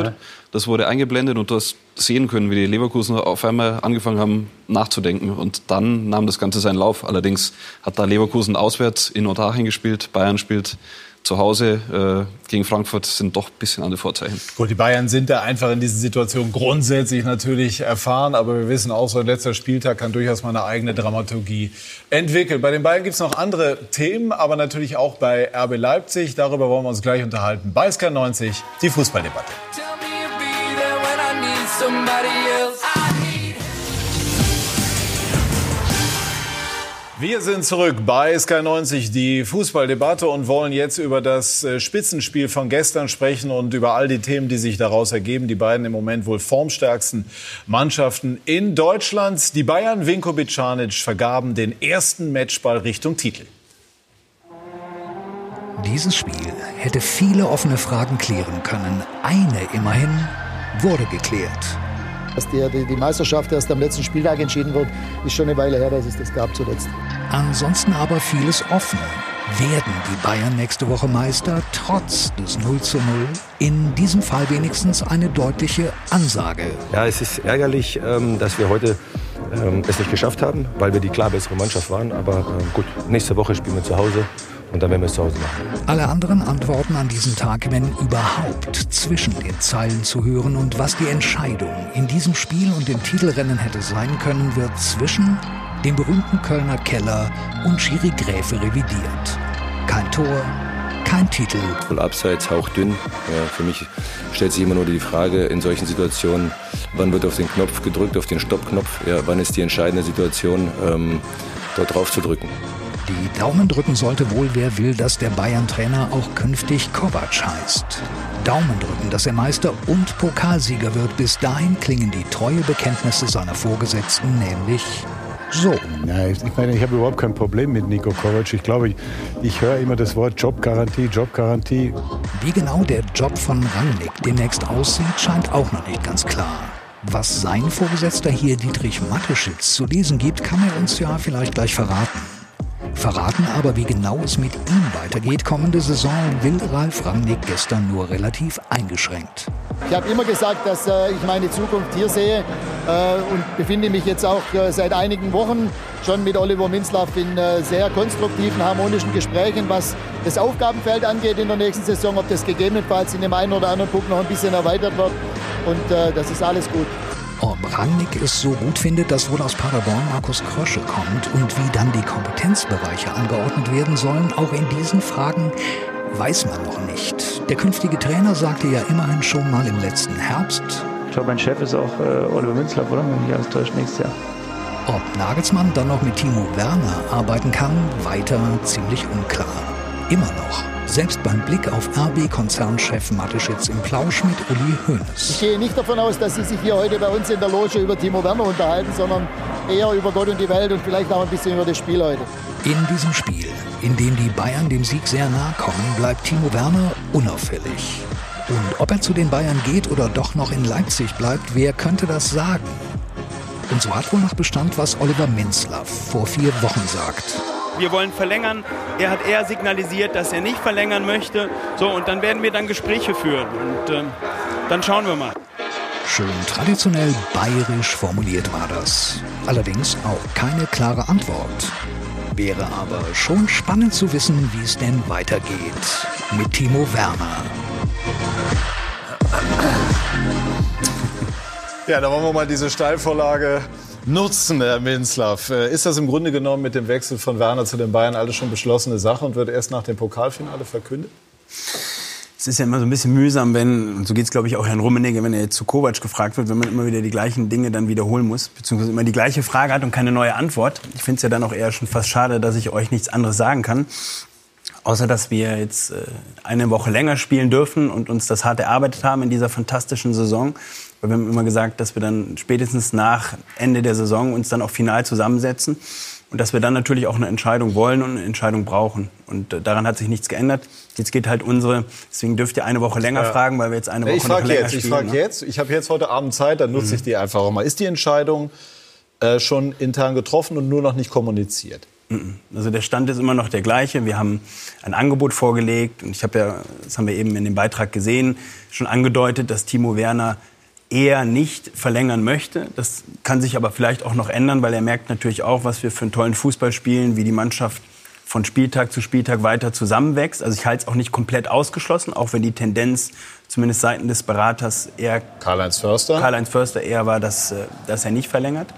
D: Das wurde eingeblendet und du hast sehen können, wie die Leverkusener auf einmal angefangen haben nachzudenken. Und dann nahm das Ganze seinen Lauf. Allerdings hat da Leverkusen auswärts in Unterhaching gespielt, Bayern spielt zu Hause äh, gegen Frankfurt, sind doch ein bisschen andere Vorzeichen.
A: Gut, die Bayern sind da einfach in dieser Situation grundsätzlich natürlich erfahren, aber wir wissen auch, so ein letzter Spieltag kann durchaus mal eine eigene Dramaturgie entwickeln. Bei den Bayern gibt es noch andere Themen, aber natürlich auch bei R B Leipzig. Darüber wollen wir uns gleich unterhalten. Bei S K neunzig, die Fußballdebatte. Wir sind zurück bei S K neunzig, die Fußballdebatte, und wollen jetzt über das Spitzenspiel von gestern sprechen und über all die Themen, die sich daraus ergeben. Die beiden im Moment wohl formstärksten Mannschaften in Deutschland. Die Bayern, Vinko Bicanic, vergaben den ersten Matchball Richtung Titel.
J: Dieses Spiel hätte viele offene Fragen klären können. Eine immerhin wurde geklärt.
K: Dass die, die, die Meisterschaft erst am letzten Spieltag entschieden wird, ist schon eine Weile her, dass es das gab zuletzt.
J: Ansonsten aber vieles offen. Werden die Bayern nächste Woche Meister, trotz des null zu null? In diesem Fall wenigstens eine deutliche Ansage.
L: Ja, es ist ärgerlich, dass wir heute es nicht geschafft haben, weil wir die klar bessere Mannschaft waren. Aber gut, nächste Woche spielen wir zu Hause. Und dann werden wir es zu Hause machen.
J: Alle anderen Antworten an diesem Tag, wenn überhaupt zwischen den Zeilen zu hören. Und was die Entscheidung in diesem Spiel und dem Titelrennen hätte sein können, wird zwischen dem berühmten Kölner Keller und Schiri Gräfe revidiert. Kein Tor, kein Titel.
L: Abseits, hauchdünn. Ja, für mich stellt sich immer nur die Frage in solchen Situationen, wann wird auf den Knopf gedrückt, auf den Stoppknopf? Ja, wann ist die entscheidende Situation, ähm, dort drauf zu drücken?
J: Die Daumen drücken sollte wohl, wer will, dass der Bayern-Trainer auch künftig Kovac heißt. Daumen drücken, dass er Meister und Pokalsieger wird. Bis dahin klingen die treue Bekenntnisse seiner Vorgesetzten nämlich so.
M: Ja, ich meine, ich habe überhaupt kein Problem mit Niko Kovac. Ich glaube, ich, ich höre immer das Wort Jobgarantie, Jobgarantie.
J: Wie genau der Job von Rangnick demnächst aussieht, scheint auch noch nicht ganz klar. Was sein Vorgesetzter hier Dietrich Mateschitz zu lesen gibt, kann er uns ja vielleicht gleich verraten. Verraten aber, wie genau es mit ihm weitergeht kommende Saison, will Ralf Rangnick gestern nur relativ eingeschränkt.
K: Ich habe immer gesagt, dass äh, ich meine Zukunft hier sehe äh, und befinde mich jetzt auch äh, seit einigen Wochen schon mit Oliver Minzlaff in äh, sehr konstruktiven, harmonischen Gesprächen, was das Aufgabenfeld angeht in der nächsten Saison, ob das gegebenenfalls in dem einen oder anderen Punkt noch ein bisschen erweitert wird, und äh, das ist alles gut.
J: Ob Rangnick es so gut findet, dass wohl aus Paderborn Markus Krösche kommt und wie dann die Kompetenzbereiche angeordnet werden sollen, auch in diesen Fragen weiß man noch nicht. Der künftige Trainer sagte ja immerhin schon mal im letzten Herbst:
N: Ich glaube, mein Chef ist auch äh, Oliver Minzlaff, oder? Wenn mich alles täuscht, nächstes Jahr.
J: Ob Nagelsmann dann noch mit Timo Werner arbeiten kann, weiter ziemlich unklar. Immer noch. Selbst beim Blick auf R B-Konzernchef Mateschitz im Plausch mit Uli Hoeneß.
K: Ich gehe nicht davon aus, dass Sie sich hier heute bei uns in der Loge über Timo Werner unterhalten, sondern eher über Gott und die Welt und vielleicht auch ein bisschen über das Spiel heute.
J: In diesem Spiel, in dem die Bayern dem Sieg sehr nahe kommen, bleibt Timo Werner unauffällig. Und ob er zu den Bayern geht oder doch noch in Leipzig bleibt, wer könnte das sagen? Und so hat wohl noch Bestand, was Oliver Minzlaff vor vier Wochen sagt.
O: Wir wollen verlängern. Er hat eher signalisiert, dass er nicht verlängern möchte. So, und dann werden wir dann Gespräche führen. Und ähm, dann schauen wir mal.
J: Schön traditionell bayerisch formuliert war das. Allerdings auch keine klare Antwort. Wäre aber schon spannend zu wissen, wie es denn weitergeht mit Timo Werner.
A: Ja, da wollen wir mal diese Steilvorlage nutzen, Herr Minzlaff. Ist das im Grunde genommen mit dem Wechsel von Werner zu den Bayern alles schon beschlossene Sache und wird erst nach dem Pokalfinale verkündet?
C: Es ist ja immer so ein bisschen mühsam, wenn, und so geht es glaube ich auch Herrn Rummenigge, wenn er jetzt zu Kovac gefragt wird, wenn man immer wieder die gleichen Dinge dann wiederholen muss, beziehungsweise immer die gleiche Frage hat und keine neue Antwort. Ich finde es ja dann auch eher schon fast schade, dass ich euch nichts anderes sagen kann. Außer, dass wir jetzt eine Woche länger spielen dürfen und uns das hart erarbeitet haben in dieser fantastischen Saison. Weil wir haben immer gesagt, dass wir dann spätestens nach Ende der Saison uns dann auch final zusammensetzen. Und dass wir dann natürlich auch eine Entscheidung wollen und eine Entscheidung brauchen. Und daran hat sich nichts geändert. Jetzt geht halt unsere, deswegen dürft ihr eine Woche länger ja. fragen, weil wir jetzt eine Woche
A: ich
C: noch länger
A: jetzt,
C: spielen.
A: Ich frage
C: ne?
A: jetzt, ich habe jetzt heute Abend Zeit, dann nutze mhm. ich die einfach auch mal. Ist die Entscheidung äh, schon intern getroffen und nur noch nicht kommuniziert?
C: Also der Stand ist immer noch der gleiche. Wir haben ein Angebot vorgelegt und ich habe ja, das haben wir eben in dem Beitrag gesehen, schon angedeutet, dass Timo Werner eher nicht verlängern möchte. Das kann sich aber vielleicht auch noch ändern, weil er merkt natürlich auch, was wir für einen tollen Fußball spielen, wie die Mannschaft von Spieltag zu Spieltag weiter zusammenwächst. Also ich halte es auch nicht komplett ausgeschlossen, auch wenn die Tendenz zumindest seitens des Beraters eher
A: Karl-Heinz Förster.
C: Karl-Heinz Förster eher war, dass, dass er nicht verlängert.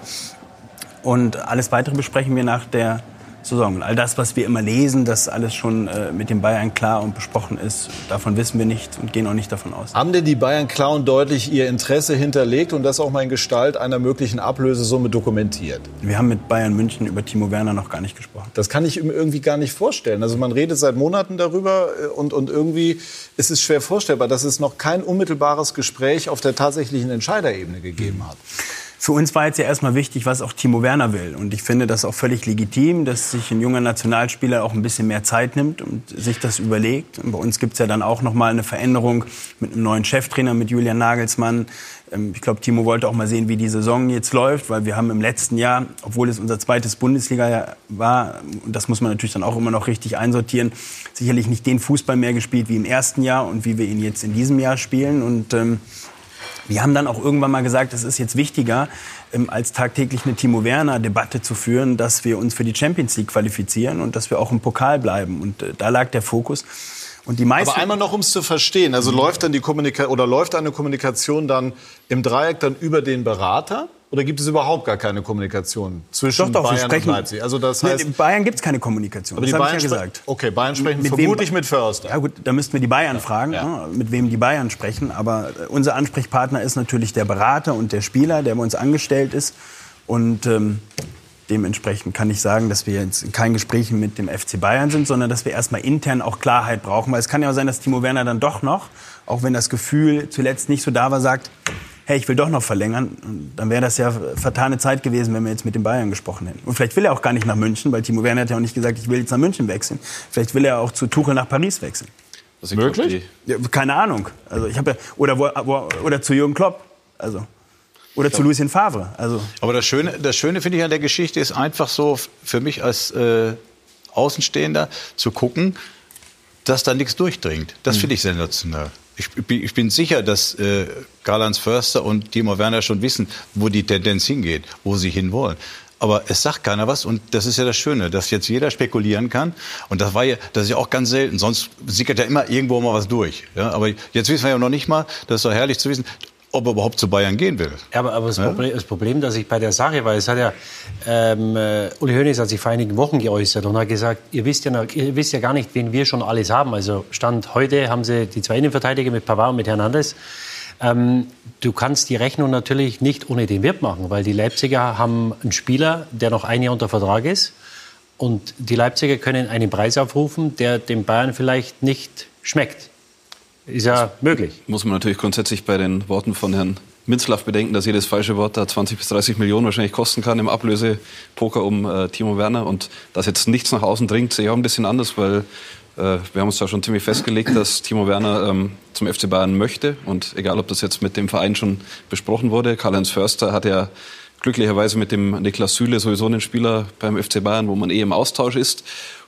C: Und alles Weitere besprechen wir nach der Saison. Und all das, was wir immer lesen, dass alles schon äh, mit den Bayern klar und besprochen ist, davon wissen wir nichts und gehen auch nicht davon aus.
A: Haben denn die Bayern klar und deutlich ihr Interesse hinterlegt und das auch mal in Gestalt einer möglichen Ablösesumme dokumentiert?
C: Wir haben mit Bayern München über Timo Werner noch gar nicht gesprochen.
A: Das kann ich mir irgendwie gar nicht vorstellen. Also man redet seit Monaten darüber und, und irgendwie ist es schwer vorstellbar, dass es noch kein unmittelbares Gespräch auf der tatsächlichen Entscheiderebene gegeben hat.
C: Für uns war jetzt ja erstmal wichtig, was auch Timo Werner will. Und ich finde das auch völlig legitim, dass sich ein junger Nationalspieler auch ein bisschen mehr Zeit nimmt und sich das überlegt. Und bei uns gibt es ja dann auch noch mal eine Veränderung mit einem neuen Cheftrainer, mit Julian Nagelsmann. Ich glaube, Timo wollte auch mal sehen, wie die Saison jetzt läuft, weil wir haben im letzten Jahr, obwohl es unser zweites Bundesliga war, und das muss man natürlich dann auch immer noch richtig einsortieren, sicherlich nicht den Fußball mehr gespielt wie im ersten Jahr und wie wir ihn jetzt in diesem Jahr spielen. Und ähm, wir haben dann auch irgendwann mal gesagt, es ist jetzt wichtiger, ähm, als tagtäglich eine Timo Werner-Debatte zu führen, dass wir uns für die Champions League qualifizieren und dass wir auch im Pokal bleiben. Und äh, da lag der Fokus. Und die meisten
A: Aber einmal noch, um es zu verstehen, also läuft dann die Kommunika- oder läuft eine Kommunikation dann im Dreieck dann über den Berater? Oder gibt es überhaupt gar keine Kommunikation zwischen
C: doch, doch,
A: Bayern
C: sprechen,
A: und Leipzig? Also das heißt,
C: in Bayern gibt es keine Kommunikation.
A: Aber
C: das
A: die
C: habe
A: Bayern
C: ich ja gesagt.
A: Okay, Bayern sprechen
C: mit
A: vermutlich
C: wem,
A: mit Förster.
C: Ja gut, da müssten wir die Bayern fragen, ja. Ja, mit wem die Bayern sprechen. Aber unser Ansprechpartner ist natürlich der Berater und der Spieler, der bei uns angestellt ist. Und ähm, dementsprechend kann ich sagen, dass wir jetzt in keinen Gesprächen mit dem F C Bayern sind, sondern dass wir erstmal intern auch Klarheit brauchen. Weil es kann ja auch sein, dass Timo Werner dann doch noch, auch wenn das Gefühl zuletzt nicht so da war, sagt, hey, ich will doch noch verlängern. Und dann wäre das ja vertane Zeit gewesen, wenn wir jetzt mit den Bayern gesprochen hätten. Und vielleicht will er auch gar nicht nach München, weil Timo Werner hat ja auch nicht gesagt, ich will jetzt nach München wechseln. Vielleicht will er auch zu Tuchel nach Paris wechseln.
A: Das ist möglich?
C: Ja, keine Ahnung. Also ich habe ja, oder, wo, wo, oder zu Jürgen Klopp. Also. Oder zu Lucien Favre. Also.
B: Aber das Schöne, das Schöne finde ich an der Geschichte ist einfach so für mich als äh, Außenstehender zu gucken, dass da nichts durchdringt. Das mhm. finde ich sensationell. Ich, ich bin sicher, dass äh, Karl-Heinz Förster und Timo Werner schon wissen, wo die Tendenz hingeht, wo sie hinwollen. Aber es sagt keiner was und das ist ja das Schöne, dass jetzt jeder spekulieren kann. Und das war ja, das ist ja auch ganz selten. Sonst sickert ja immer irgendwo mal was durch. Ja, aber jetzt wissen wir ja noch nicht mal, das ist doch herrlich zu wissen, ob er überhaupt zu Bayern gehen will.
E: Ja, aber, aber das,
B: ja?
E: Problem, das Problem, das ich bei der Sache war, es hat ja, ähm, äh, Uli Hoeneß hat sich vor einigen Wochen geäußert und hat gesagt, ihr wisst, ja noch, ihr wisst ja gar nicht, wen wir schon alles haben. Also Stand heute haben sie die zwei Innenverteidiger mit Pavard und mit Hernandez. Ähm, du kannst die Rechnung natürlich nicht ohne den Wirt machen, weil die Leipziger haben einen Spieler, der noch ein Jahr unter Vertrag ist. Und die Leipziger können einen Preis aufrufen, der dem Bayern vielleicht nicht schmeckt. Ist ja das möglich.
D: Muss man natürlich grundsätzlich bei den Worten von Herrn Minzlaff bedenken, dass jedes falsche Wort da zwanzig bis dreißig Millionen wahrscheinlich kosten kann im Ablösepoker um äh, Timo Werner. Und dass jetzt nichts nach außen dringt, sehe ich auch ein bisschen anders, weil äh, wir haben uns da schon ziemlich festgelegt, dass Timo Werner ähm, zum F C Bayern möchte. Und egal, ob das jetzt mit dem Verein schon besprochen wurde, Karl-Heinz Förster hat ja glücklicherweise mit dem Niklas Süle sowieso einen Spieler beim F C Bayern, wo man eh im Austausch ist.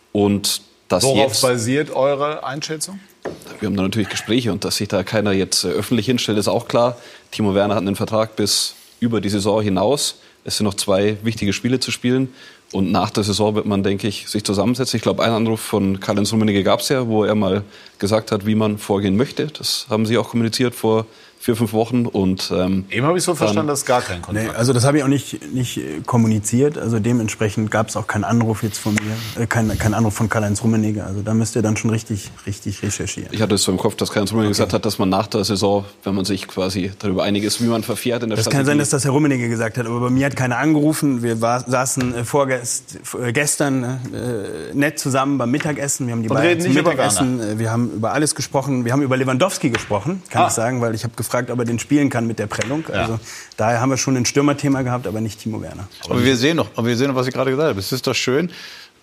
D: Und das
A: Worauf
D: jetzt
A: basiert eure Einschätzung?
D: Wir haben da natürlich Gespräche und dass sich da keiner jetzt öffentlich hinstellt, ist auch klar. Timo Werner hat einen Vertrag bis über die Saison hinaus. Es sind noch zwei wichtige Spiele zu spielen. Und nach der Saison wird man, denke ich, sich zusammensetzen. Ich glaube, einen Anruf von Karl-Heinz Rummenigge gab es ja, wo er mal gesagt hat, wie man vorgehen möchte. Das haben Sie auch kommuniziert vor vier, fünf Wochen. Und, ähm,
A: Eben habe ich so verstanden, dass gar kein Kontakt.
C: Nee, also das habe ich auch nicht, nicht kommuniziert. Also dementsprechend gab es auch keinen Anruf jetzt von mir, äh, kein, kein Anruf von Karl-Heinz Rummenigge. Also da müsst ihr dann schon richtig, richtig recherchieren.
D: Ich hatte es so im Kopf, dass Karl-Heinz Rummenigge okay. gesagt hat, dass man nach der Saison, wenn man sich quasi darüber einig ist, wie man verfährt in der
C: Das
D: Strategie.
C: kann sein, dass das Herr Rummenigge gesagt hat, aber bei mir hat keiner angerufen. Wir war, saßen äh, vorgest, äh, gestern äh, nett zusammen beim Mittagessen. Wir haben die
A: Und
C: beiden
A: reden
C: zum
A: nicht über
C: Mittagessen. Äh, wir haben über alles gesprochen. Wir haben über Lewandowski gesprochen, kann
A: Ah.
C: ich sagen, weil ich habe gefragt, ob er den spielen kann mit der Prellung.
A: Ja.
C: Also daher haben wir schon ein Stürmerthema gehabt, aber nicht Timo Werner.
B: Aber wir sehen noch, aber wir sehen noch, was ich gerade gesagt habe. Es ist doch schön.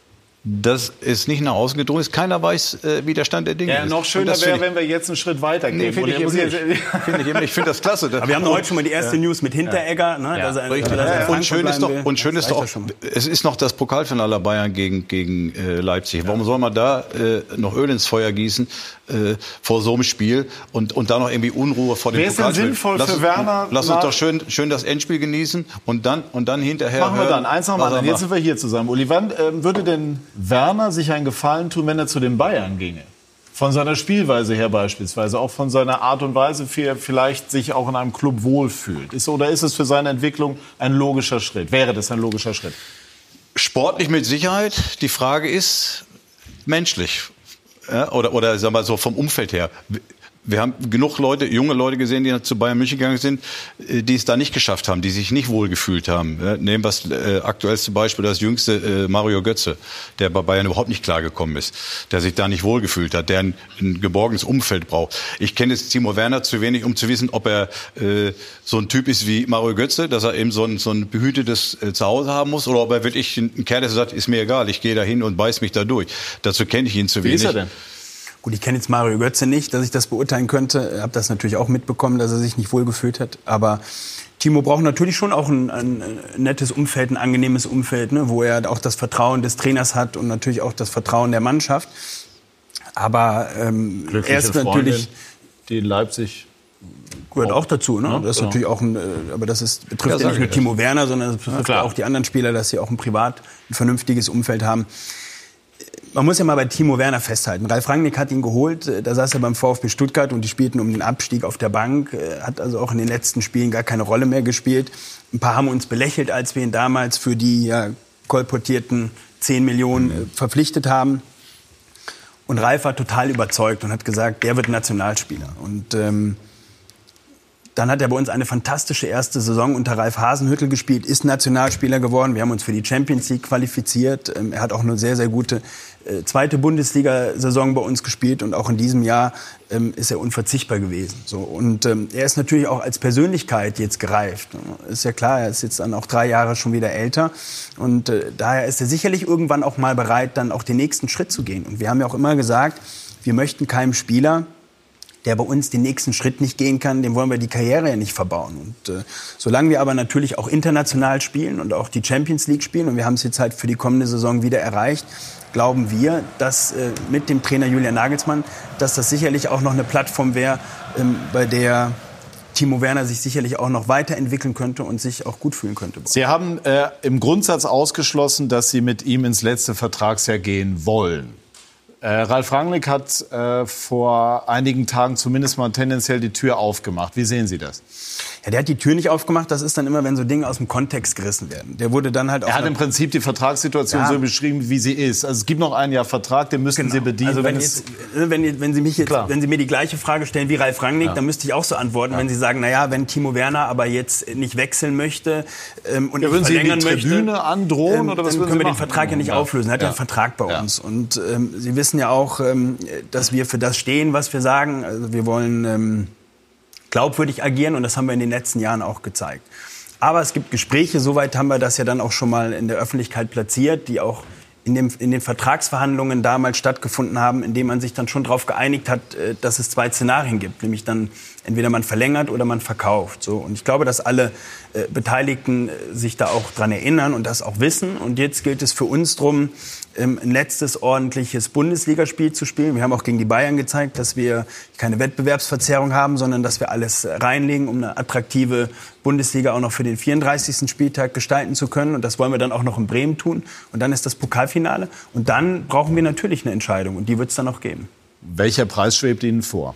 B: Das ist nicht nach außen gedrungen. Ist. Keiner weiß, äh, wie der Stand der Dinge
A: ja,
B: ist.
A: noch schöner wäre, wenn wir jetzt einen Schritt weiter gehen.
B: Nee, finde ich,
A: jetzt,
B: find ich, ich finde das klasse.
C: Aber wir haben heute schon mal die erste ja. News mit Hinteregger. Ne,
B: ja.
C: dass er,
B: Richtig.
C: dass er
B: und schön ist doch, und schön ist doch,
C: auch,
B: es ist noch das Pokalfinale Bayern gegen, gegen äh, Leipzig. Warum soll man da äh, noch Öl ins Feuer gießen äh, vor so einem Spiel und, und da noch irgendwie Unruhe vor dem
A: Pokalspiel? Wäre es denn sinnvoll
B: lass
A: für
B: uns,
A: Werner?
B: Lass uns doch schön, schön das Endspiel genießen und dann, und dann hinterher
A: Machen wir
B: hören,
A: dann. Eins nach dem anderen. Jetzt sind wir hier zusammen. Uli, wann äh, würde denn Werner sich einen Gefallen tun, wenn er zu den Bayern ginge? Von seiner Spielweise her beispielsweise, auch von seiner Art und Weise, wie er vielleicht sich auch in einem Club wohlfühlt. Ist, oder ist es für seine Entwicklung ein logischer Schritt? Wäre das ein logischer Schritt?
B: Sportlich mit Sicherheit. Die Frage ist menschlich. Ja, oder, oder sagen wir mal so vom Umfeld her. Wir haben genug Leute, junge Leute gesehen, die zu Bayern München gegangen sind, die es da nicht geschafft haben, die sich nicht wohlgefühlt haben. Ja, nehmen wir das äh, aktuellste Beispiel, das jüngste äh, Mario Götze, der bei Bayern überhaupt nicht klargekommen ist, der sich da nicht wohlgefühlt hat, der ein, ein geborgenes Umfeld braucht. Ich kenne jetzt Timo Werner zu wenig, um zu wissen, ob er äh, so ein Typ ist wie Mario Götze, dass er eben so ein, so ein behütetes äh, Zuhause haben muss, oder ob er wirklich ein, ein Kerl ist, der sagt, ist mir egal, ich gehe da hin und beiß mich da durch. Dazu kenne ich ihn zu
C: wie
B: wenig.
C: Wie ist er denn? Gut, ich kenne jetzt Mario Götze nicht, dass ich das beurteilen könnte. Ich habe das natürlich auch mitbekommen, dass er sich nicht wohlgefühlt hat. Aber Timo braucht natürlich schon auch ein, ein nettes Umfeld, ein angenehmes Umfeld, ne, wo er auch das Vertrauen des Trainers hat und natürlich auch das Vertrauen der Mannschaft. Aber ähm, er ist natürlich,
A: die in Leipzig
C: gehört auch dazu. Ne?
A: Ja,
C: das ist
A: genau.
C: natürlich auch ein, aber das ist, betrifft ja, ja nicht nur Timo Werner, sondern es betrifft ja, auch die anderen Spieler, dass sie auch ein privat ein vernünftiges Umfeld haben. Man muss ja mal bei Timo Werner festhalten. Ralf Rangnick hat ihn geholt, da saß er beim VfB Stuttgart und die spielten um den Abstieg auf der Bank. Hat also auch in den letzten Spielen gar keine Rolle mehr gespielt. Ein paar haben uns belächelt, als wir ihn damals für die ja, kolportierten zehn Millionen verpflichtet haben. Und Ralf war total überzeugt und hat gesagt, der wird Nationalspieler. Und ähm, dann hat er bei uns eine fantastische erste Saison unter Ralf Hasenhüttl gespielt, ist Nationalspieler geworden. Wir haben uns für die Champions League qualifiziert. Er hat auch eine sehr, sehr gute äh, zweite Bundesliga-Saison bei uns gespielt. Und auch in diesem Jahr ähm, ist er unverzichtbar gewesen. So, und ähm, er ist natürlich auch als Persönlichkeit jetzt gereift. Ist ja klar, er ist jetzt dann auch drei Jahre schon wieder älter. Und äh, daher ist er sicherlich irgendwann auch mal bereit, dann auch den nächsten Schritt zu gehen. Und wir haben ja auch immer gesagt, wir möchten keinem Spieler, der bei uns den nächsten Schritt nicht gehen kann, dem wollen wir die Karriere ja nicht verbauen. Und äh, solange wir aber natürlich auch international spielen und auch die Champions League spielen, und wir haben es jetzt halt für die kommende Saison wieder erreicht, glauben wir, dass äh, mit dem Trainer Julian Nagelsmann, dass das sicherlich auch noch eine Plattform wäre, ähm, bei der Timo Werner sich sicherlich auch noch weiterentwickeln könnte und sich auch gut fühlen könnte.
A: Sie haben äh, im Grundsatz ausgeschlossen, dass Sie mit ihm ins letzte Vertragsjahr gehen wollen. Äh, Ralf Rangnick hat äh, vor einigen Tagen zumindest mal tendenziell die Tür aufgemacht. Wie sehen Sie das?
C: Ja, der hat die Tür nicht aufgemacht. Das ist dann immer, wenn so Dinge aus dem Kontext gerissen werden. Der wurde dann halt.
A: Er hat im Prinzip die Vertragssituation ja. so beschrieben, wie sie ist. Also es gibt noch ein Jahr Vertrag, den müssten genau. Sie bedienen.
C: Also wenn, wenn, jetzt, wenn, wenn Sie mich jetzt, wenn Sie mir die gleiche Frage stellen wie Ralf Rangnick,
A: ja.
C: dann müsste ich auch so antworten, ja. wenn Sie sagen, na ja, wenn Timo Werner aber jetzt nicht wechseln möchte ähm, und
A: ja,
C: nicht verlängern
A: Sie die Tribüne
C: möchte,
A: androhen
C: ähm,
A: oder was
C: dann können
A: Sie
C: wir
A: machen?
C: den Vertrag ja nicht ja. auflösen. Er hat ja. ja einen Vertrag bei ja. uns und ähm, Sie wissen ja auch, ähm, dass wir für das stehen, was wir sagen. Also wir wollen ähm, glaubwürdig agieren und das haben wir in den letzten Jahren auch gezeigt. Aber es gibt Gespräche, soweit haben wir das ja dann auch schon mal in der Öffentlichkeit platziert, die auch in, dem, in den Vertragsverhandlungen damals stattgefunden haben, indem man sich dann schon darauf geeinigt hat, dass es zwei Szenarien gibt, nämlich dann entweder man verlängert oder man verkauft. So. Und ich glaube, dass alle äh, Beteiligten äh, sich da auch dran erinnern und das auch wissen. Und jetzt gilt es für uns darum, ähm, ein letztes ordentliches Bundesligaspiel zu spielen. Wir haben auch gegen die Bayern gezeigt, dass wir keine Wettbewerbsverzerrung haben, sondern dass wir alles reinlegen, um eine attraktive Bundesliga auch noch für den vierunddreißigsten Spieltag gestalten zu können. Und das wollen wir dann auch noch in Bremen tun. Und dann ist das Pokalfinale. Und dann brauchen wir natürlich eine Entscheidung. Und die wird es dann auch geben.
A: Welcher Preis schwebt Ihnen vor?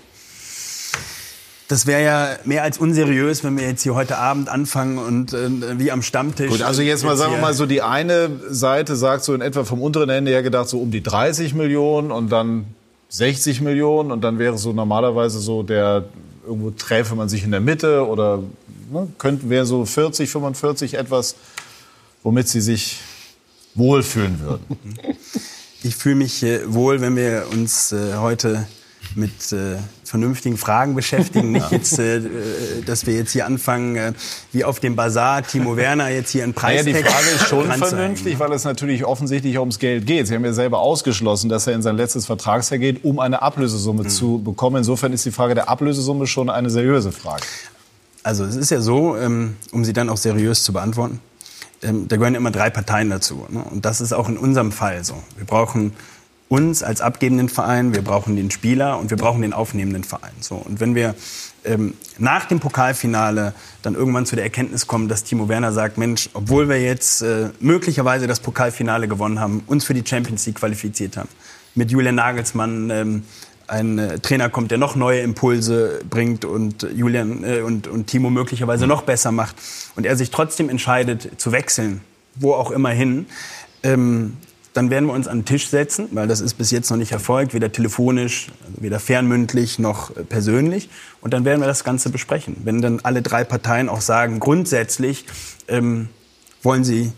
C: Das wäre ja mehr als unseriös, wenn wir jetzt hier heute Abend anfangen und äh, wie am Stammtisch.
A: Gut, also jetzt mal, sagen wir mal so, die eine Seite sagt so in etwa vom unteren Ende her gedacht so um die dreißig Millionen und dann sechzig Millionen und dann wäre so normalerweise so der, irgendwo träfe man sich in der Mitte oder ne, könnten wäre so vierzig, fünfundvierzig etwas, womit Sie sich wohlfühlen würden.
C: Ich fühle mich äh, wohl, wenn wir uns äh, heute mit äh, vernünftigen Fragen beschäftigen. Nicht jetzt, äh, dass wir jetzt hier anfangen, äh, wie auf dem Bazar, Timo Werner jetzt hier einen Preistext.
A: Naja, die Frage ist schon
C: ne?
A: vernünftig, weil es natürlich offensichtlich ums Geld geht. Sie haben ja selber ausgeschlossen, dass er in sein letztes Vertragsjahr geht, um eine Ablösesumme mhm. zu bekommen. Insofern ist die Frage der Ablösesumme schon eine seriöse Frage.
C: Also es ist ja so, ähm, um sie dann auch seriös zu beantworten, ähm, da gehören immer drei Parteien dazu. Ne? Und das ist auch in unserem Fall so. Wir brauchen uns als abgebenden Verein, wir brauchen den Spieler und wir brauchen den aufnehmenden Verein. So, und wenn wir ähm, nach dem Pokalfinale dann irgendwann zu der Erkenntnis kommen, dass Timo Werner sagt, Mensch, obwohl wir jetzt äh, möglicherweise das Pokalfinale gewonnen haben, uns für die Champions League qualifiziert haben, mit Julian Nagelsmann ähm, ein äh, Trainer kommt, der noch neue Impulse bringt und Julian äh, und, und Timo möglicherweise noch besser macht und er sich trotzdem entscheidet zu wechseln, wo auch immer hin, ähm, dann werden wir uns an den Tisch setzen, weil das ist bis jetzt noch nicht erfolgt, weder telefonisch, weder fernmündlich noch persönlich. Und dann werden wir das Ganze besprechen. Wenn dann alle drei Parteien auch sagen, grundsätzlich ähm, wollen sie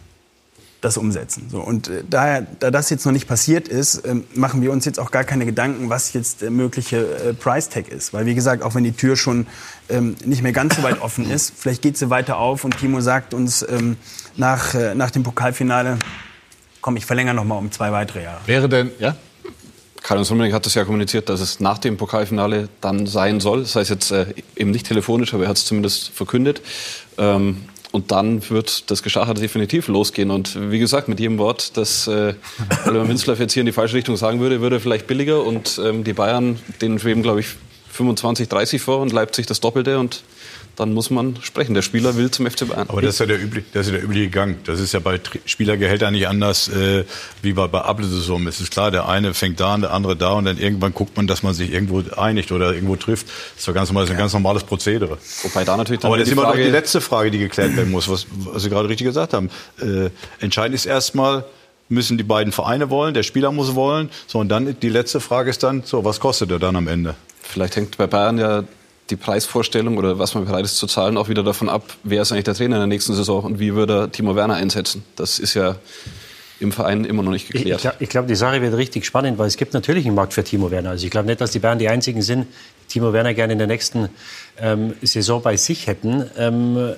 C: das umsetzen. So, und äh, daher, da das jetzt noch nicht passiert ist, ähm, machen wir uns jetzt auch gar keine Gedanken, was jetzt der mögliche äh, Price-Tag ist. Weil wie gesagt, auch wenn die Tür schon ähm, nicht mehr ganz so weit offen ist, vielleicht geht sie weiter auf und Timo sagt uns ähm, nach, äh, nach dem Pokalfinale, komm, ich verlängere noch mal um zwei weitere Jahre.
A: Wäre denn, ja?
D: Karl-Heinz Rummenigge hat das ja kommuniziert, dass es nach dem Pokalfinale dann sein soll. Das heißt jetzt äh, eben nicht telefonisch, aber er hat es zumindest verkündet. Ähm, und dann wird das Geschacher definitiv losgehen. Und wie gesagt, mit jedem Wort, das äh, Oliver Minzlaff jetzt hier in die falsche Richtung sagen würde, würde er vielleicht billiger. Und ähm, die Bayern, denen schweben, glaube ich, fünfundzwanzig, dreißig vor und Leipzig das Doppelte. Und dann muss man sprechen. Der Spieler will zum F C Bayern.
B: Aber das ist ja der übliche, das ist ja der übliche Gang. Das ist ja bei Spielergehältern nicht anders äh, wie bei, bei Ablösesummen. Es ist klar, der eine fängt da an, der andere da und dann irgendwann guckt man, dass man sich irgendwo einigt oder irgendwo trifft. Das ist ja ganz normal, das ist ein ganz normales Prozedere.
D: Wobei da natürlich dann
B: Aber das ist
D: die
B: immer noch
D: Frage,
B: die letzte Frage, die geklärt werden muss, was, was Sie gerade richtig gesagt haben. Äh, entscheidend ist erstmal, müssen die beiden Vereine wollen, der Spieler muss wollen. So, und dann die letzte Frage ist dann, so, was kostet er dann am Ende?
D: Vielleicht hängt bei Bayern ja die Preisvorstellung oder was man bereit ist zu zahlen auch wieder davon ab, wer ist eigentlich der Trainer in der nächsten Saison und wie würde er Timo Werner einsetzen. Das ist ja im Verein immer noch nicht geklärt.
E: Ich, ich, ich glaube, die Sache wird richtig spannend, weil es gibt natürlich einen Markt für Timo Werner. Also ich glaube nicht, dass die Bayern die einzigen sind, die Timo Werner gerne in der nächsten ähm, Saison bei sich hätten. Ähm, äh,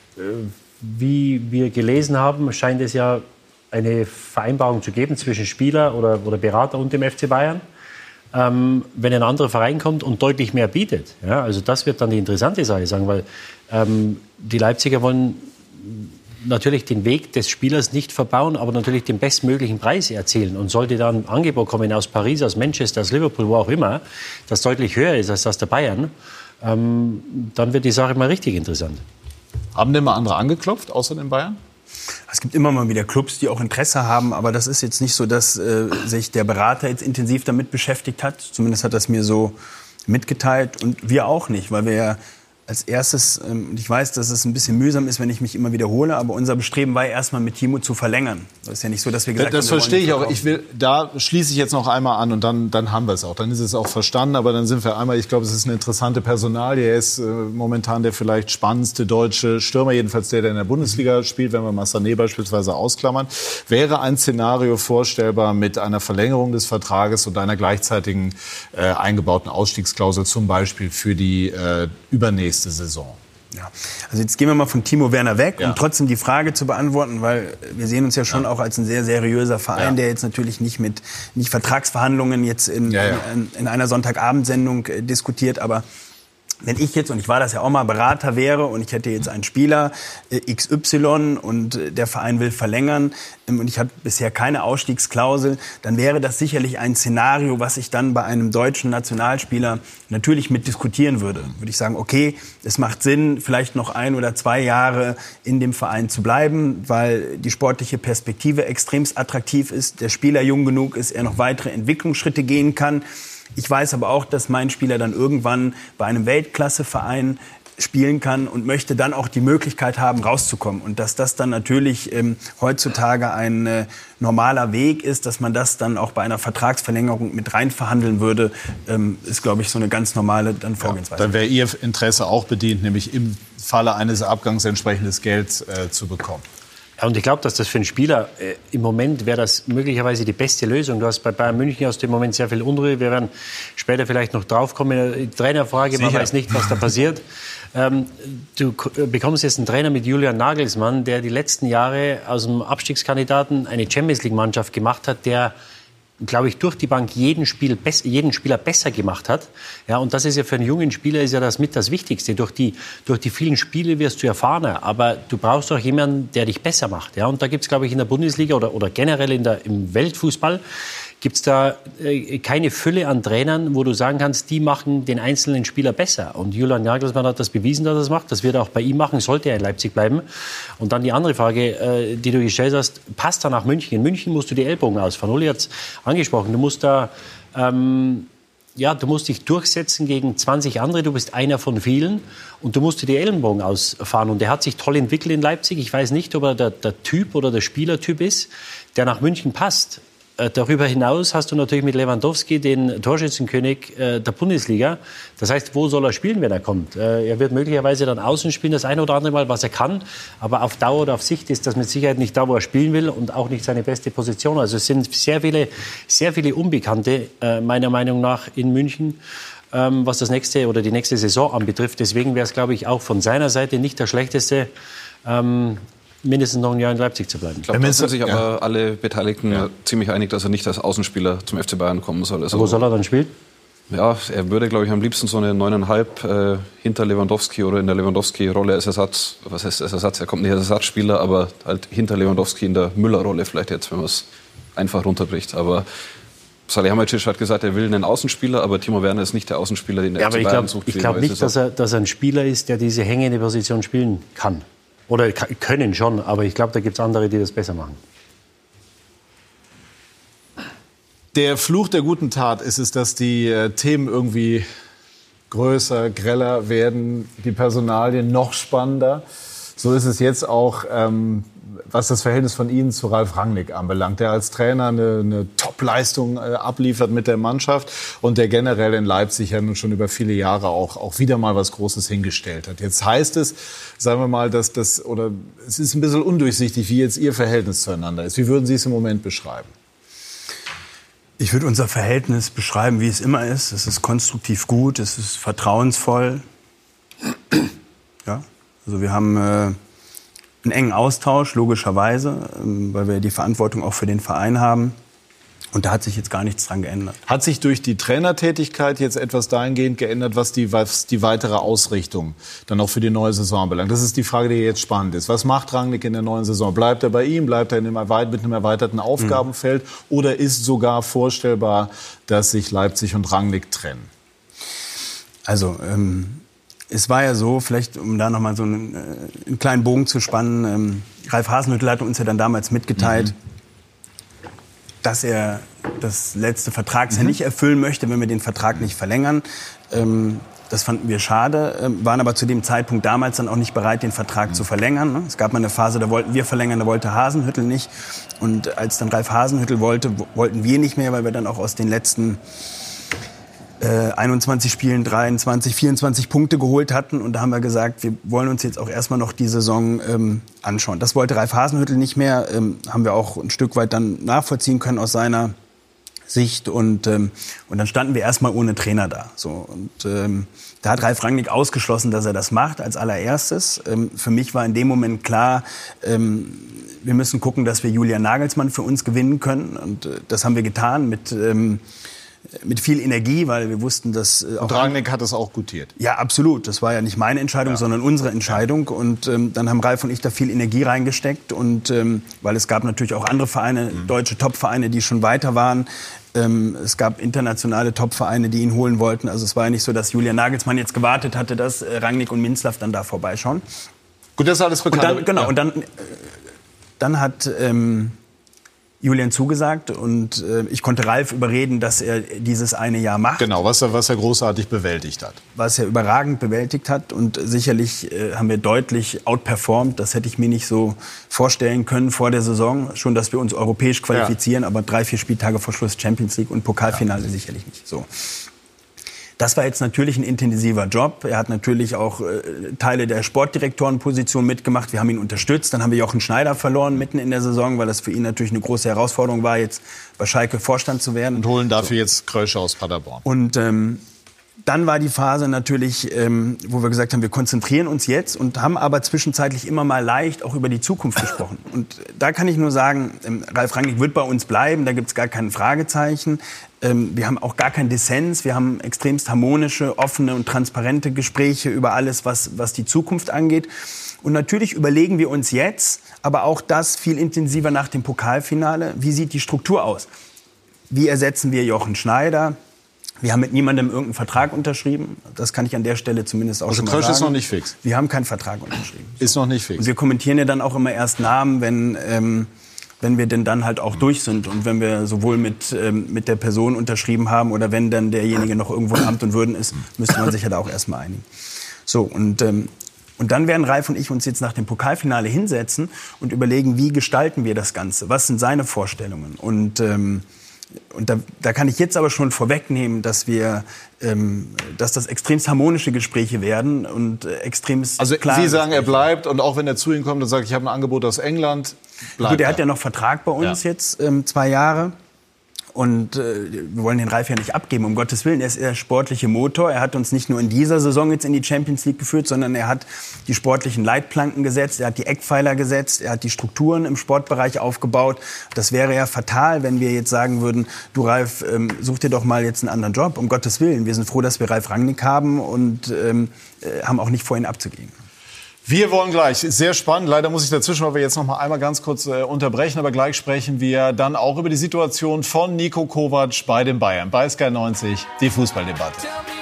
E: wie wir gelesen haben, scheint es ja eine Vereinbarung zu geben zwischen Spieler oder, oder Berater und dem F C Bayern. Ähm, wenn ein anderer Verein kommt und deutlich mehr bietet. Ja, also das wird dann die interessante Sache sagen, weil ähm, die Leipziger wollen natürlich den Weg des Spielers nicht verbauen, aber natürlich den bestmöglichen Preis erzielen. Und sollte dann ein Angebot kommen aus Paris, aus Manchester, aus Liverpool, wo auch immer, das deutlich höher ist als das der Bayern, ähm, dann wird die Sache mal richtig interessant.
A: Haben denn mal andere angeklopft, außer den Bayern?
C: Es gibt immer mal wieder Clubs, die auch Interesse haben, aber das ist jetzt nicht so, dass äh, sich der Berater jetzt intensiv damit beschäftigt hat. Zumindest hat das mir so mitgeteilt und wir auch nicht, weil wir ja als erstes, ähm, ich weiß, dass es ein bisschen mühsam ist, wenn ich mich immer wiederhole, aber unser Bestreben war ja erstmal mit Timo zu verlängern. Das ist ja nicht so, dass wir gesagt
A: das
C: haben, wir
A: verstehe ich
C: wollen
A: auch. Ich will, da schließe ich jetzt noch einmal an und dann, dann haben wir es auch. Dann ist es auch verstanden, aber dann sind wir einmal, ich glaube, es ist eine interessante Personalie. Er ist äh, momentan der vielleicht spannendste deutsche Stürmer, jedenfalls der, der in der Bundesliga spielt, wenn wir Massané beispielsweise ausklammern. Wäre ein Szenario vorstellbar mit einer Verlängerung des Vertrages und einer gleichzeitigen äh, eingebauten Ausstiegsklausel, zum Beispiel für die äh, übernächste Saison.
C: Ja. Also jetzt gehen wir mal von Timo Werner weg,
A: ja.
C: um trotzdem die Frage zu beantworten, weil wir sehen uns ja schon ja. auch als ein sehr seriöser Verein, ja. der jetzt natürlich nicht mit nicht Vertragsverhandlungen jetzt in, ja, ja. in, in einer Sonntagabendsendung äh, diskutiert, aber wenn ich jetzt, und ich war das ja auch mal, Berater wäre und ich hätte jetzt einen Spieler äh, X Y und äh, der Verein will verlängern ähm, und ich habe bisher keine Ausstiegsklausel, dann wäre das sicherlich ein Szenario, was ich dann bei einem deutschen Nationalspieler natürlich mit diskutieren würde. Würde ich sagen, okay, es macht Sinn, vielleicht noch ein oder zwei Jahre in dem Verein zu bleiben, weil die sportliche Perspektive extremst attraktiv ist, der Spieler jung genug ist, er noch weitere Entwicklungsschritte gehen kann. Ich weiß aber auch, dass mein Spieler dann irgendwann bei einem Weltklasseverein spielen kann und möchte dann auch die Möglichkeit haben, rauszukommen. Und dass das dann natürlich ähm, heutzutage ein äh, normaler Weg ist, dass man das dann auch bei einer Vertragsverlängerung mit rein verhandeln würde, ähm, ist, glaube ich, so eine ganz normale dann Vorgehensweise.
A: Ja, dann wäre Ihr Interesse auch bedient, nämlich im Falle eines Abgangs entsprechendes Geld äh, zu bekommen.
E: Ja, und ich glaube, dass das für einen Spieler äh, im Moment wäre das möglicherweise die beste Lösung. Du hast bei Bayern München aus dem Moment sehr viel Unruhe. Wir werden später vielleicht noch draufkommen. Die Trainerfrage, man weiß nicht, was da passiert. Ähm, du bekommst jetzt einen Trainer mit Julian Nagelsmann, der die letzten Jahre aus dem Abstiegskandidaten eine Champions-League-Mannschaft gemacht hat, der, glaube ich, durch die Bank jeden, Spiel bess- jeden Spieler besser gemacht hat. Ja, und das ist ja für einen jungen Spieler ist ja das mit das Wichtigste. Durch die, durch die vielen Spiele wirst du erfahrener, aber du brauchst auch jemanden, der dich besser macht. Ja, und da gibt es, glaube ich, in der Bundesliga oder, oder generell in der, im Weltfußball gibt es da äh, keine Fülle an Trainern, wo du sagen kannst, die machen den einzelnen Spieler besser. Und Julian Nagelsmann hat das bewiesen, dass er das macht. Das wird er auch bei ihm machen, sollte er in Leipzig bleiben. Und dann die andere Frage, äh, die du gestellt hast, passt er nach München? In München musst du die Ellbogen ausfahren. Uli hat es angesprochen. Du musst da, ähm, ja, du musst dich durchsetzen gegen zwanzig andere. Du bist einer von vielen. Und du musst dir die Ellenbogen ausfahren. Und der hat sich toll entwickelt in Leipzig. Ich weiß nicht, ob er der, der Typ oder der Spielertyp ist, der nach München passt. Darüber hinaus hast du natürlich mit Lewandowski den Torschützenkönig äh, der Bundesliga. Das heißt, wo soll er spielen, wenn er kommt? Äh, er wird möglicherweise dann außen spielen, das eine oder andere Mal, was er kann. Aber auf Dauer oder auf Sicht ist das mit Sicherheit nicht da, wo er spielen will und auch nicht seine beste Position. Also es sind sehr viele, sehr viele Unbekannte, äh, meiner Meinung nach, in München, ähm, was das nächste oder die nächste Saison anbetrifft. Deswegen wäre es, glaube ich, auch von seiner Seite nicht der schlechteste, ähm, mindestens noch ein Jahr in Leipzig zu bleiben.
D: Ich glaube, da sind sich aber ja. alle Beteiligten ja. ziemlich einig, dass er nicht als Außenspieler zum F C Bayern kommen soll. Also,
E: wo soll er dann spielen?
D: Ja, er würde, glaube ich, am liebsten so eine neuneinhalb äh, hinter Lewandowski oder in der Lewandowski-Rolle als Ersatz. Was heißt als Ersatz? Er kommt nicht als Ersatzspieler, aber halt hinter Lewandowski in der Müller-Rolle vielleicht jetzt, wenn man es einfach runterbricht. Aber Salihamidzic hat gesagt, er will einen Außenspieler, aber Timo Werner ist nicht der Außenspieler, den der
E: ja,
D: F C Bayern sucht.
E: Ich glaube nicht, dass er, dass er ein Spieler ist, der diese hängende Position spielen kann. Oder können schon, aber ich glaube, da gibt es andere, die das besser machen.
A: Der Fluch der guten Tat ist es, dass die äh, Themen irgendwie größer, greller werden, die Personalien noch spannender. So ist es jetzt auch, ähm, was das Verhältnis von Ihnen zu Ralf Rangnick anbelangt, der als Trainer eine, eine Top-Leistung äh, abliefert mit der Mannschaft und der generell in Leipzig ja nun schon über viele Jahre auch, auch wieder mal was Großes hingestellt hat. Jetzt heißt es, sagen wir mal, dass das, oder es ist ein bisschen undurchsichtig, wie jetzt Ihr Verhältnis zueinander ist. Wie würden Sie es im Moment beschreiben?
C: Ich würde unser Verhältnis beschreiben, wie es immer ist. Es ist konstruktiv gut, es ist vertrauensvoll. Ja, also wir haben äh, einen engen Austausch, logischerweise, ähm, weil wir die Verantwortung auch für den Verein haben. Und da hat sich jetzt gar nichts dran geändert.
A: Hat sich durch die Trainertätigkeit jetzt etwas dahingehend geändert, was die, was die weitere Ausrichtung dann auch für die neue Saison anbelangt? Das ist die Frage, die jetzt spannend ist. Was macht Rangnick in der neuen Saison? Bleibt er bei ihm? Bleibt er in einem erweit- mit einem erweiterten Aufgabenfeld? Mhm. Oder ist sogar vorstellbar, dass sich Leipzig und Rangnick trennen?
C: Also, ähm, es war ja so, vielleicht um da noch mal so einen, äh, einen kleinen Bogen zu spannen, ähm, Ralf Hasenhüttl hatte uns ja dann damals mitgeteilt, mhm. dass er das letzte Vertragsjahr mhm. nicht erfüllen möchte, wenn wir den Vertrag nicht verlängern. Ähm, das fanden wir schade, ähm, waren aber zu dem Zeitpunkt damals dann auch nicht bereit, den Vertrag mhm. zu verlängern. Ne? Es gab mal eine Phase, da wollten wir verlängern, da wollte Hasenhüttl nicht. Und als dann Ralf Hasenhüttl wollte, wollten wir nicht mehr, weil wir dann auch aus den letzten äh, einundzwanzig Spielen dreiundzwanzig, vierundzwanzig Punkte geholt hatten. Und da haben wir gesagt, wir wollen uns jetzt auch erstmal noch die Saison ähm, anschauen. Das wollte Ralf Hasenhüttl nicht mehr, ähm, haben wir auch ein Stück weit dann nachvollziehen können aus seiner Sicht. Und, ähm, und dann standen wir erstmal ohne Trainer da. So. Und ähm, da hat Ralf Rangnick ausgeschlossen, dass er das macht als allererstes. Ähm, für mich war in dem Moment klar, ähm, wir müssen gucken, dass wir Julian Nagelsmann für uns gewinnen können. Und äh, das haben wir getan mit... Ähm, mit viel Energie, weil wir wussten, dass... Äh, auch
A: und Rangnick hat das auch gutiert.
C: Ja, absolut. Das war ja nicht meine Entscheidung, ja. sondern unsere Entscheidung. Und ähm, dann haben Ralf und ich da viel Energie reingesteckt. Und ähm, weil es gab natürlich auch andere Vereine, mhm. deutsche Top-Vereine, die schon weiter waren. Ähm, es gab internationale Top-Vereine, die ihn holen wollten. Also es war ja nicht so, dass Julian Nagelsmann jetzt gewartet hatte, dass äh, Rangnick und Minzlaff dann da vorbeischauen.
A: Gut, das ist alles bekannt.
C: Und dann, genau, ja. und dann, äh, dann hat... Ähm, Julian zugesagt und äh, ich konnte Ralf überreden, dass er dieses eine Jahr macht.
A: Genau, was er, was er großartig bewältigt hat.
C: Was er überragend bewältigt hat und sicherlich äh, haben wir deutlich outperformed. Das hätte ich mir nicht so vorstellen können vor der Saison. Schon, dass wir uns europäisch qualifizieren, ja. aber drei, vier Spieltage vor Schluss Champions League und Pokalfinale ja. sicherlich nicht. So. Das war jetzt natürlich ein intensiver Job. Er hat natürlich auch äh, Teile der Sportdirektorenposition mitgemacht. Wir haben ihn unterstützt. Dann haben wir Jochen Schneider verloren mitten in der Saison, weil das für ihn natürlich eine große Herausforderung war, jetzt bei Schalke Vorstand zu werden.
A: Und holen dafür so. jetzt Krösche aus Paderborn.
C: Und ähm, dann war die Phase natürlich, ähm, wo wir gesagt haben, wir konzentrieren uns jetzt und haben aber zwischenzeitlich immer mal leicht auch über die Zukunft gesprochen. Und da kann ich nur sagen, ähm, Ralf Rangnick wird bei uns bleiben, da gibt es gar kein Fragezeichen. Ähm, wir haben auch gar keinen Dissens, wir haben extremst harmonische, offene und transparente Gespräche über alles, was, was die Zukunft angeht. Und natürlich überlegen wir uns jetzt, aber auch das viel intensiver nach dem Pokalfinale, wie sieht die Struktur aus? Wie ersetzen wir Jochen Schneider? Wir haben mit niemandem irgendeinen Vertrag unterschrieben. Das kann ich an der Stelle zumindest auch
A: also
C: schon mal sagen.
A: Also Krösche ist noch nicht fix?
C: Wir haben keinen Vertrag unterschrieben.
A: Ist noch nicht fix?
C: Und wir kommentieren ja dann auch immer erst Namen, wenn, ähm, wenn wir denn dann halt auch durch sind. Und wenn wir sowohl mit, ähm, mit der Person unterschrieben haben oder wenn dann derjenige noch irgendwo in Amt und Würden ist, müsste man sich ja da auch erst mal einigen. So, und... Ähm, Und dann werden Ralf und ich uns jetzt nach dem Pokalfinale hinsetzen und überlegen, wie gestalten wir das Ganze? Was sind seine Vorstellungen? Und, ähm, und da, da kann ich jetzt aber schon vorwegnehmen, dass wir, ähm, dass das extremst harmonische Gespräche werden und äh, extremst
A: Also
C: klare
A: Sie sagen,
C: Gespräche.
A: er bleibt und auch wenn er zu Ihnen kommt und sagt, ich habe ein Angebot aus England, bleibt
C: Gut, er
A: er.
C: hat ja noch Vertrag bei uns
A: Ja.
C: jetzt, ähm, zwei Jahre. Und äh, wir wollen den Ralf ja nicht abgeben, um Gottes Willen. Er ist der sportliche Motor. Er hat uns nicht nur in dieser Saison jetzt in die Champions League geführt, sondern er hat die sportlichen Leitplanken gesetzt, er hat die Eckpfeiler gesetzt, er hat die Strukturen im Sportbereich aufgebaut. Das wäre ja fatal, wenn wir jetzt sagen würden, du Ralf, ähm, such dir doch mal jetzt einen anderen Job, um Gottes Willen. Wir sind froh, dass wir Ralf Rangnick haben und ähm, äh, haben auch nicht vor, ihn abzugeben.
A: Wir wollen gleich, sehr spannend, leider muss ich dazwischen, weil wir jetzt noch mal einmal ganz kurz äh, unterbrechen, aber gleich sprechen wir dann auch über die Situation von Niko Kovac bei den Bayern. Bei Sky neunzig, die Fußballdebatte.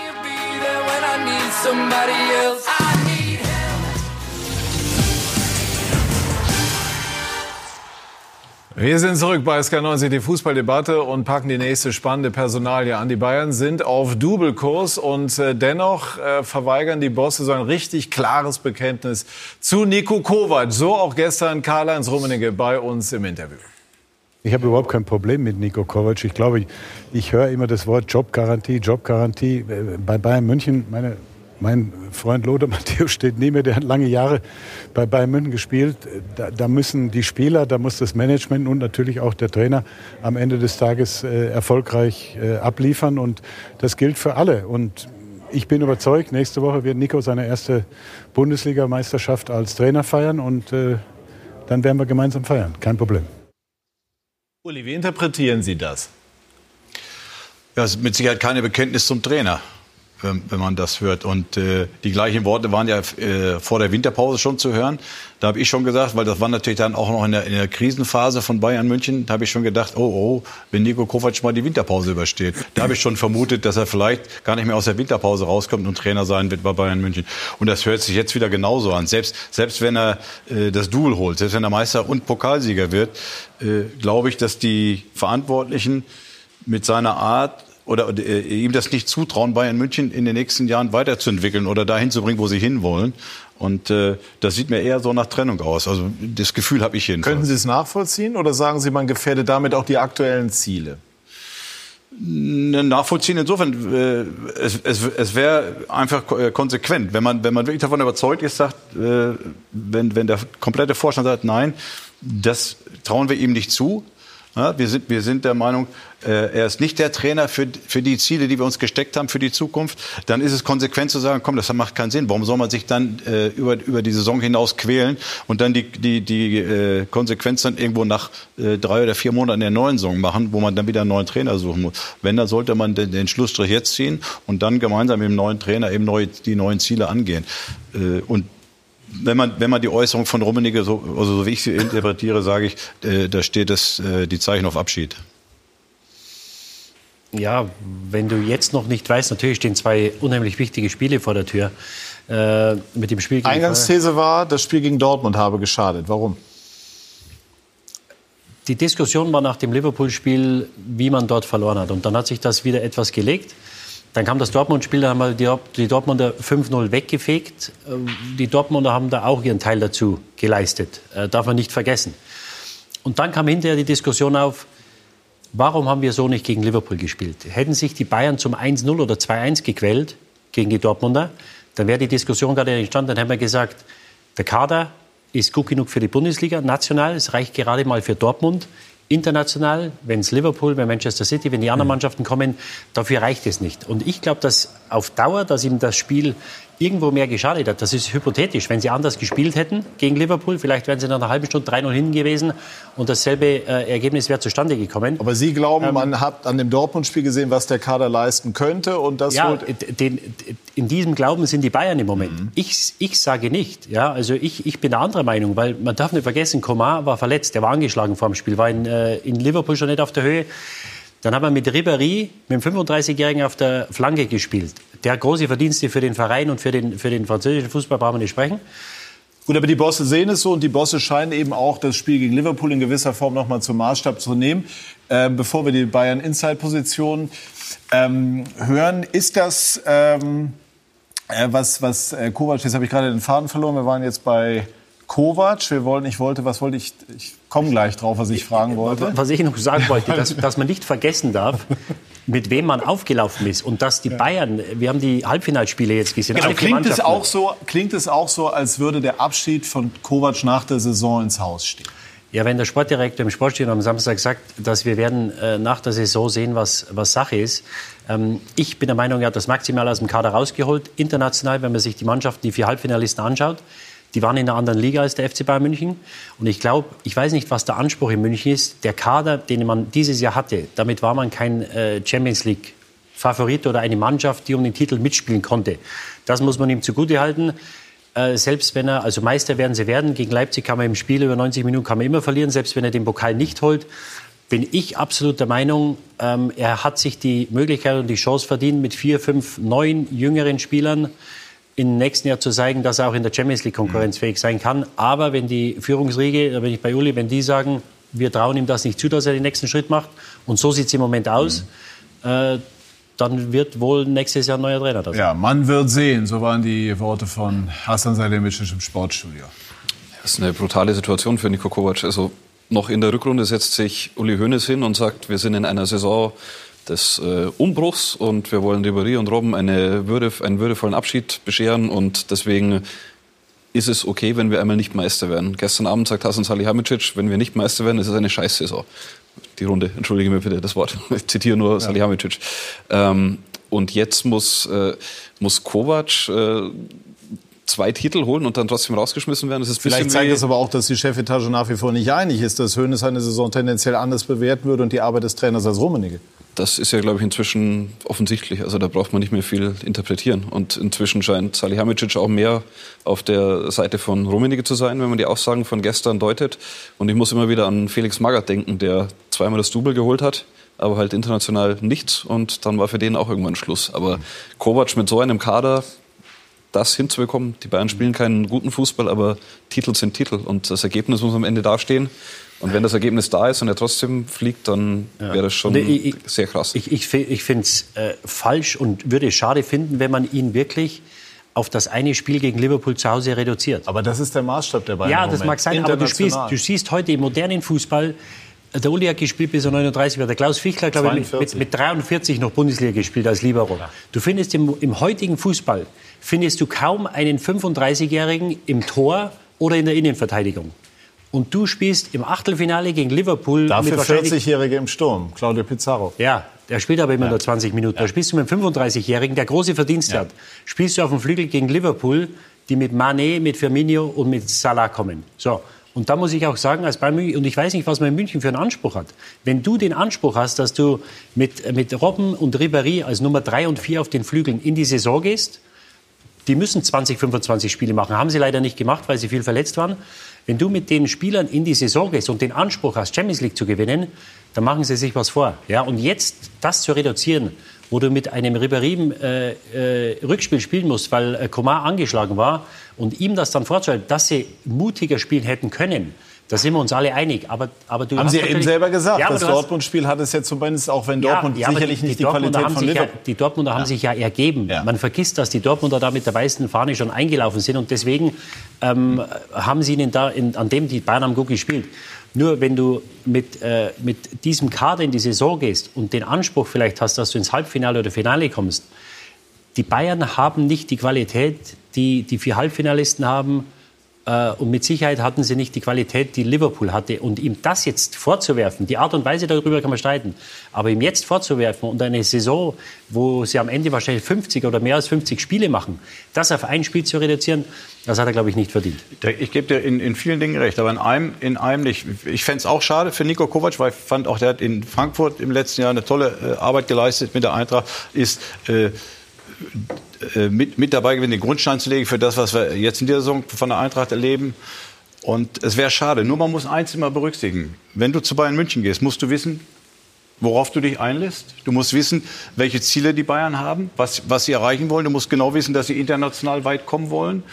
A: Wir sind zurück bei Sky neunzig, die Fußballdebatte und packen die nächste spannende Personalie an. Die Bayern sind auf Doublekurs und äh, dennoch äh, verweigern die Bosse so ein richtig klares Bekenntnis zu Niko Kovac. So auch gestern Karl-Heinz Rummenigge bei uns im Interview.
M: Ich habe überhaupt kein Problem mit Niko Kovac. Ich glaube, ich, ich höre immer das Wort Jobgarantie, Jobgarantie. Bei Bayern München, meine, mein Freund Lothar Matthäus steht neben mir, der hat lange Jahre bei Bayern München gespielt. Da, da müssen die Spieler, da muss das Management und natürlich auch der Trainer am Ende des Tages äh, erfolgreich äh, abliefern. Und das gilt für alle. Und ich bin überzeugt, nächste Woche wird Niko seine erste Bundesligameisterschaft als Trainer feiern. Und äh, dann werden wir gemeinsam feiern. Kein Problem.
A: Uli, wie interpretieren Sie das?
B: Ja, es ist mit Sicherheit keine Bekenntnis zum Trainer, wenn, wenn man das hört. Und äh, die gleichen Worte waren ja äh, vor der Winterpause schon zu hören. Da habe ich schon gesagt, weil das war natürlich dann auch noch in der, in der Krisenphase von Bayern München, da habe ich schon gedacht, oh, oh, wenn Niko Kovac mal die Winterpause übersteht. Da habe ich schon vermutet, dass er vielleicht gar nicht mehr aus der Winterpause rauskommt und Trainer sein wird bei Bayern München. Und das hört sich jetzt wieder genauso an. Selbst, selbst wenn er äh, das Double holt, selbst wenn er Meister und Pokalsieger wird, äh, glaube ich, dass die Verantwortlichen mit seiner Art oder äh, ihm das nicht zutrauen, Bayern München in den nächsten Jahren weiterzuentwickeln oder dahin zu bringen, wo sie hinwollen. Und äh, das sieht mir eher so nach Trennung aus. Also das Gefühl habe ich jedenfalls.
A: Könnten Sie es nachvollziehen oder sagen Sie, man gefährdet damit auch die aktuellen Ziele?
B: Nachvollziehen insofern, äh, es, es, es wäre einfach konsequent. Wenn man, wenn man wirklich davon überzeugt ist, sagt, äh, wenn, wenn der komplette Vorstand sagt, nein, das trauen wir ihm nicht zu. Ja, wir sind, wir sind der Meinung, äh, er ist nicht der Trainer für, für die Ziele, die wir uns gesteckt haben für die Zukunft. Dann ist es konsequent zu sagen, komm, das macht keinen Sinn. Warum soll man sich dann äh, über, über die Saison hinaus quälen und dann die, die, die äh, Konsequenz dann irgendwo nach äh, drei oder vier Monaten der neuen Saison machen, wo man dann wieder einen neuen Trainer suchen muss. Wenn, dann sollte man den, den Schlussstrich jetzt ziehen und dann gemeinsam mit dem neuen Trainer eben neu, die neuen Ziele angehen. Äh, und Wenn man, wenn man die Äußerung von Rummenigge, so, also so wie ich sie interpretiere, sage ich, äh, da steht das, äh, die Zeichen auf Abschied.
E: Ja, wenn du jetzt noch nicht weißt, natürlich stehen zwei unheimlich wichtige Spiele vor der Tür. Äh, mit dem Spiel gegen
A: Eingangsthese war, das Spiel gegen Dortmund habe geschadet. Warum?
E: Die Diskussion war nach dem Liverpool-Spiel, wie man dort verloren hat. Und dann hat sich das wieder etwas gelegt. Dann kam das Dortmund-Spiel, da haben wir die, die Dortmunder fünf null weggefegt. Die Dortmunder haben da auch ihren Teil dazu geleistet. Äh, darf man nicht vergessen. Und dann kam hinterher die Diskussion auf, warum haben wir so nicht gegen Liverpool gespielt? Hätten sich die Bayern zum eins null oder zwei eins gequält gegen die Dortmunder, dann wäre die Diskussion gerade entstanden. Dann hätten wir gesagt, der Kader ist gut genug für die Bundesliga, national. Es reicht gerade mal für Dortmund. International, wenn es Liverpool, wenn Manchester City, wenn die anderen Mannschaften kommen, dafür reicht es nicht. Und ich glaube, dass auf Dauer, dass ihm das Spiel irgendwo mehr geschadet hat. Das ist hypothetisch. Wenn sie anders gespielt hätten gegen Liverpool, vielleicht wären sie nach einer halben Stunde drei null hinten gewesen und dasselbe äh, Ergebnis wäre zustande gekommen.
A: Aber Sie glauben,
E: ähm,
A: man hat an dem Dortmund-Spiel gesehen, was der Kader leisten könnte und das
E: ja,
A: holt...
E: den, in diesem Glauben sind die Bayern im Moment. Mhm. Ich, ich sage nicht. Ja, also ich, ich bin der anderer Meinung, weil man darf nicht vergessen, Coman war verletzt, der war angeschlagen vor dem Spiel, war in, äh, in Liverpool schon nicht auf der Höhe. Dann haben wir mit Ribéry, mit dem fünfunddreißigjährigen auf der Flanke gespielt. Der hat große Verdienste für den Verein und für den, für den französischen Fußball, brauchen wir nicht sprechen.
A: Gut, aber die Bosse sehen es so und die Bosse scheinen eben auch das Spiel gegen Liverpool in gewisser Form noch mal zum Maßstab zu nehmen. Äh, bevor wir die Bayern-Inside-Position ähm, hören, ist das, ähm, äh, was, was äh, Kovac, jetzt habe ich gerade den Faden verloren, wir waren jetzt bei Kovac, wir wollten, ich wollte, was wollte ich, ich komme gleich drauf, was ich fragen wollte.
E: Was ich noch sagen wollte, dass, dass man nicht vergessen darf, mit wem man aufgelaufen ist und dass die Bayern, wir haben die Halbfinalspiele jetzt gesehen.
A: Genau, klingt es auch so, klingt es auch so, als würde der Abschied von Kovac nach der Saison ins Haus stehen?
E: Ja, wenn der Sportdirektor im Sportstudio am Samstag sagt, dass wir werden äh, nach der Saison sehen, was, was Sache ist. Ähm, ich bin der Meinung, er hat das maximal aus dem Kader rausgeholt. International, wenn man sich die Mannschaften, die vier Halbfinalisten anschaut, die waren in einer anderen Liga als der F C Bayern München. Und ich glaube, ich weiß nicht, was der Anspruch in München ist. Der Kader, den man dieses Jahr hatte, damit war man kein äh, Champions League Favorit oder eine Mannschaft, die um den Titel mitspielen konnte. Das muss man ihm zugutehalten. Äh, selbst wenn er, also Meister werden sie werden, gegen Leipzig kann man im Spiel über neunzig Minuten kann man immer verlieren, selbst wenn er den Pokal nicht holt, bin ich absolut der Meinung, ähm, er hat sich die Möglichkeit und die Chance verdient, mit vier, fünf neuen, jüngeren Spielern im nächsten Jahr zu zeigen, dass er auch in der Champions League konkurrenzfähig sein kann. Aber wenn die Führungsriege, da bin ich bei Uli, wenn die sagen, wir trauen ihm das nicht zu, dass er den nächsten Schritt macht, und so sieht es im Moment aus, mhm. äh, dann wird wohl nächstes Jahr ein neuer Trainer da sein.
A: Ja, man wird sehen. So waren die Worte von Hasan Salihamidzic im Sportstudio.
D: Das ist eine brutale Situation für Niko Kovac. Also noch in der Rückrunde setzt sich Uli Hoeneß hin und sagt, wir sind in einer Saison des äh, Umbruchs und wir wollen Ribéry und Robben eine Würde, einen würdevollen Abschied bescheren und deswegen ist es okay, wenn wir einmal nicht Meister werden. Gestern Abend sagt Hasan Salihamidzic, wenn wir nicht Meister werden, ist es eine Scheißsaison. Die Runde, entschuldige mir bitte das Wort, ich zitiere nur ja. Salihamidzic. Ähm, und jetzt muss, äh, muss Kovac äh, zwei Titel holen und dann trotzdem rausgeschmissen werden. Das ist
A: Vielleicht zeigt das aber auch, dass die Chefetage nach wie vor nicht einig ist, dass Hoeneß seine Saison tendenziell anders bewerten würde und die Arbeit des Trainers als Rummenigge.
D: Das ist ja, glaube ich, inzwischen offensichtlich. Also da braucht man nicht mehr viel interpretieren. Und inzwischen scheint Salihamidzic auch mehr auf der Seite von Rummenigge zu sein, wenn man die Aussagen von gestern deutet. Und ich muss immer wieder an Felix Magath denken, der zweimal das Double geholt hat, aber halt international nichts. Und dann war für den auch irgendwann Schluss. Aber Kovac mit so einem Kader, das hinzubekommen, die Bayern spielen keinen guten Fußball, aber Titel sind Titel. Und das Ergebnis muss am Ende dastehen. Und wenn das Ergebnis da ist und er trotzdem fliegt, dann ja. wäre das schon ich, ich, sehr krass.
E: Ich, ich, ich finde es äh, falsch und würde es schade finden, wenn man ihn wirklich auf das eine Spiel gegen Liverpool zu Hause reduziert.
A: Aber das ist der Maßstab der Bayern.
E: Ja, das mag sein, aber du, spielst, du siehst heute im modernen Fußball, der Uli hat gespielt bis er neununddreißig war, der Klaus Fichler, glaube ich, mit, mit dreiundvierzig noch Bundesliga gespielt als Libero. Ja. Du findest im, im heutigen Fußball, findest du kaum einen fünfunddreißigjährigen im Tor oder in der Innenverteidigung. Und du spielst im Achtelfinale gegen Liverpool.
A: Dafür mit vierzigjährige im Sturm, Claudio Pizarro.
E: Ja, der spielt aber immer ja. nur zwanzig Minuten. Ja. Da spielst du mit dem fünfunddreißigjährigen, der große Verdienste ja. hat. Spielst du auf dem Flügel gegen Liverpool, die mit Mané, mit Firmino und mit Salah kommen. So. Und da muss ich auch sagen, als Bayern München, und ich weiß nicht, was man in München für einen Anspruch hat. Wenn du den Anspruch hast, dass du mit, mit Robben und Ribéry als Nummer drei und vier auf den Flügeln in die Saison gehst, die müssen zwanzig, fünfundzwanzig Spiele machen. Haben sie leider nicht gemacht, weil sie viel verletzt waren. Wenn du mit den Spielern in die Saison gehst und den Anspruch hast, Champions League zu gewinnen, dann machen sie sich was vor. Ja, und jetzt das zu reduzieren, wo du mit einem Ribéry äh, äh, Rückspiel spielen musst, weil äh, Coman angeschlagen war, und ihm das dann vorzuhalten, dass sie mutiger spielen hätten können, da sind wir uns alle einig. Aber, aber du
A: haben
E: hast
A: Sie ja eben selber gesagt, ja, das Dortmund-Spiel hat es jetzt zumindest, auch wenn Dortmund ja, ja, sicherlich die, die nicht die Dortmunder Qualität von Liverpool... Ja,
E: die Dortmunder ja. haben sich ja ergeben. Ja. Man vergisst, dass die Dortmunder da mit der weißen Fahne schon eingelaufen sind. Und deswegen ähm, haben sie ihnen da, in, an dem die Bayern haben gut gespielt. Nur wenn du mit, äh, mit diesem Kader in die Saison gehst und den Anspruch vielleicht hast, dass du ins Halbfinale oder Finale kommst, die Bayern haben nicht die Qualität, die die vier Halbfinalisten haben. Und mit Sicherheit hatten sie nicht die Qualität, die Liverpool hatte. Und ihm das jetzt vorzuwerfen, die Art und Weise, darüber kann man streiten, aber ihm jetzt vorzuwerfen und eine Saison, wo sie am Ende wahrscheinlich fünfzig oder mehr als fünfzig Spiele machen, das auf ein Spiel zu reduzieren, das hat er, glaube ich, nicht verdient.
B: Ich gebe dir in, in vielen Dingen recht, aber in einem, in einem nicht. Ich fände es auch schade für Niko Kovac, weil ich fand auch, der hat in Frankfurt im letzten Jahr eine tolle äh, Arbeit geleistet mit der Eintracht, ist... Äh, Mit, mit dabei gewesen, den Grundstein zu legen für das, was wir jetzt in dieser Saison von der Eintracht erleben. Und es wäre schade. Nur man muss eins immer berücksichtigen. Wenn du zu Bayern München gehst, musst du wissen, worauf du dich einlässt. Du musst wissen, welche Ziele die Bayern haben, was, was sie erreichen wollen. Du musst genau wissen, dass sie international weit kommen wollen.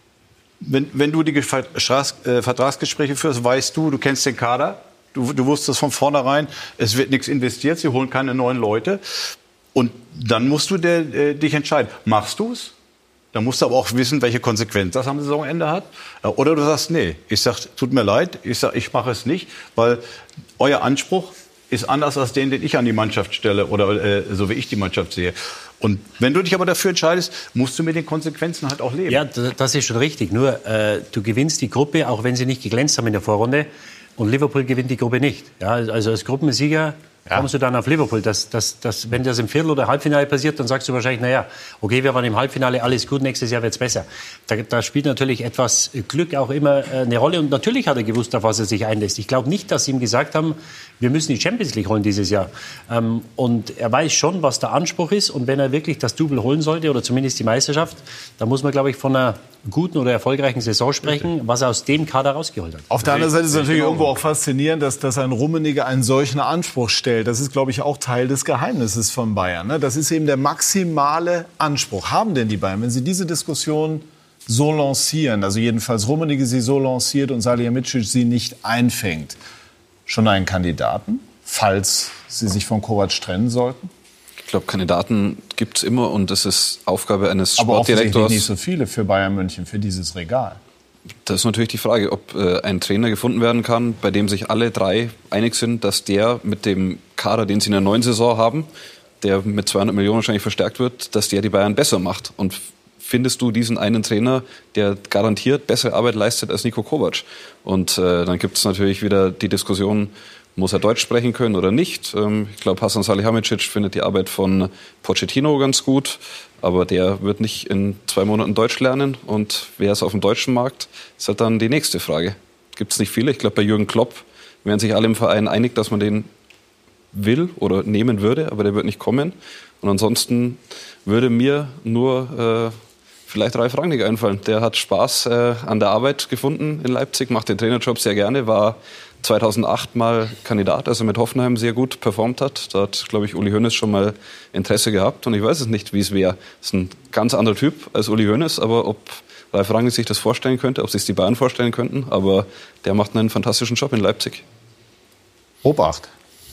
B: Wenn, wenn du die Vertragsgespräche führst, weißt du, du kennst den Kader. Du, du wusstest von vornherein, es wird nichts investiert, sie holen keine neuen Leute. Und dann musst du der, äh, dich entscheiden. Machst du es? Dann musst du aber auch wissen, welche Konsequenz das am Saisonende hat. Oder du sagst, nee, ich sag, tut mir leid, ich sag, ich mache es nicht, weil euer Anspruch ist anders als den, den ich an die Mannschaft stelle oder äh, so wie ich die Mannschaft sehe. Und wenn du dich aber dafür entscheidest, musst du mit den Konsequenzen halt auch leben.
E: Ja, das ist schon richtig. Nur, äh, du gewinnst die Gruppe, auch wenn sie nicht geglänzt haben in der Vorrunde. Und Liverpool gewinnt die Gruppe nicht. Ja, also als Gruppensieger ja. kommst du dann auf Liverpool. Das, das, das, wenn das im Viertel- oder Halbfinale passiert, dann sagst du wahrscheinlich, naja, okay, wir waren im Halbfinale, alles gut, nächstes Jahr wird's besser. Da, da spielt natürlich etwas Glück auch immer eine Rolle. Und natürlich hat er gewusst, auf was er sich einlässt. Ich glaube nicht, dass sie ihm gesagt haben, wir müssen die Champions League holen dieses Jahr. Ähm, und er weiß schon, was der Anspruch ist. Und wenn er wirklich das Double holen sollte, oder zumindest die Meisterschaft, dann muss man, glaube ich, von einer guten oder erfolgreichen Saison sprechen, was er aus dem Kader rausgeholt hat.
A: Auf der anderen Seite ist es natürlich irgendwo auch faszinierend, dass, dass ein Rummenigge einen solchen Anspruch stellt. Das ist, glaube ich, auch Teil des Geheimnisses von Bayern. Ne? Das ist eben der maximale Anspruch. Haben denn die Bayern, wenn sie diese Diskussion so lancieren, also jedenfalls Rummenigge sie so lanciert und Salihamidzic sie nicht einfängt, schon einen Kandidaten, falls sie sich von Kovac trennen sollten?
D: Ich glaube, Kandidaten gibt es immer und es ist Aufgabe eines
A: Sportdirektors. Aber offensichtlich nicht so viele für Bayern München, für dieses Regal.
D: Das ist natürlich die Frage, ob äh, ein Trainer gefunden werden kann, bei dem sich alle drei einig sind, dass der mit dem Kader, den sie in der neuen Saison haben, der mit zweihundert Millionen wahrscheinlich verstärkt wird, dass der die Bayern besser macht. Und findest du diesen einen Trainer, der garantiert bessere Arbeit leistet als Niko Kovac? Und äh, dann gibt es natürlich wieder die Diskussion, muss er Deutsch sprechen können oder nicht? Ich glaube, Hasan Salihamidzic findet die Arbeit von Pochettino ganz gut, aber der wird nicht in zwei Monaten Deutsch lernen. Und wer ist auf dem deutschen Markt, ist halt dann die nächste Frage. Gibt es nicht viele? Ich glaube, bei Jürgen Klopp wären sich alle im Verein einig, dass man den will oder nehmen würde, aber der wird nicht kommen. Und ansonsten würde mir nur äh, vielleicht Ralf Rangnick einfallen. Der hat Spaß äh, an der Arbeit gefunden in Leipzig, macht den Trainerjob sehr gerne, war zweitausendacht mal Kandidat, als er mit Hoffenheim sehr gut performt hat. Da hat, glaube ich, Uli Hoeneß schon mal Interesse gehabt. Und ich weiß es nicht, wie es wäre. Das ist ein ganz anderer Typ als Uli Hoeneß. Aber ob Ralf Rangnick sich das vorstellen könnte, ob sich die Bayern vorstellen könnten. Aber der macht einen fantastischen Job in Leipzig.
A: Obacht.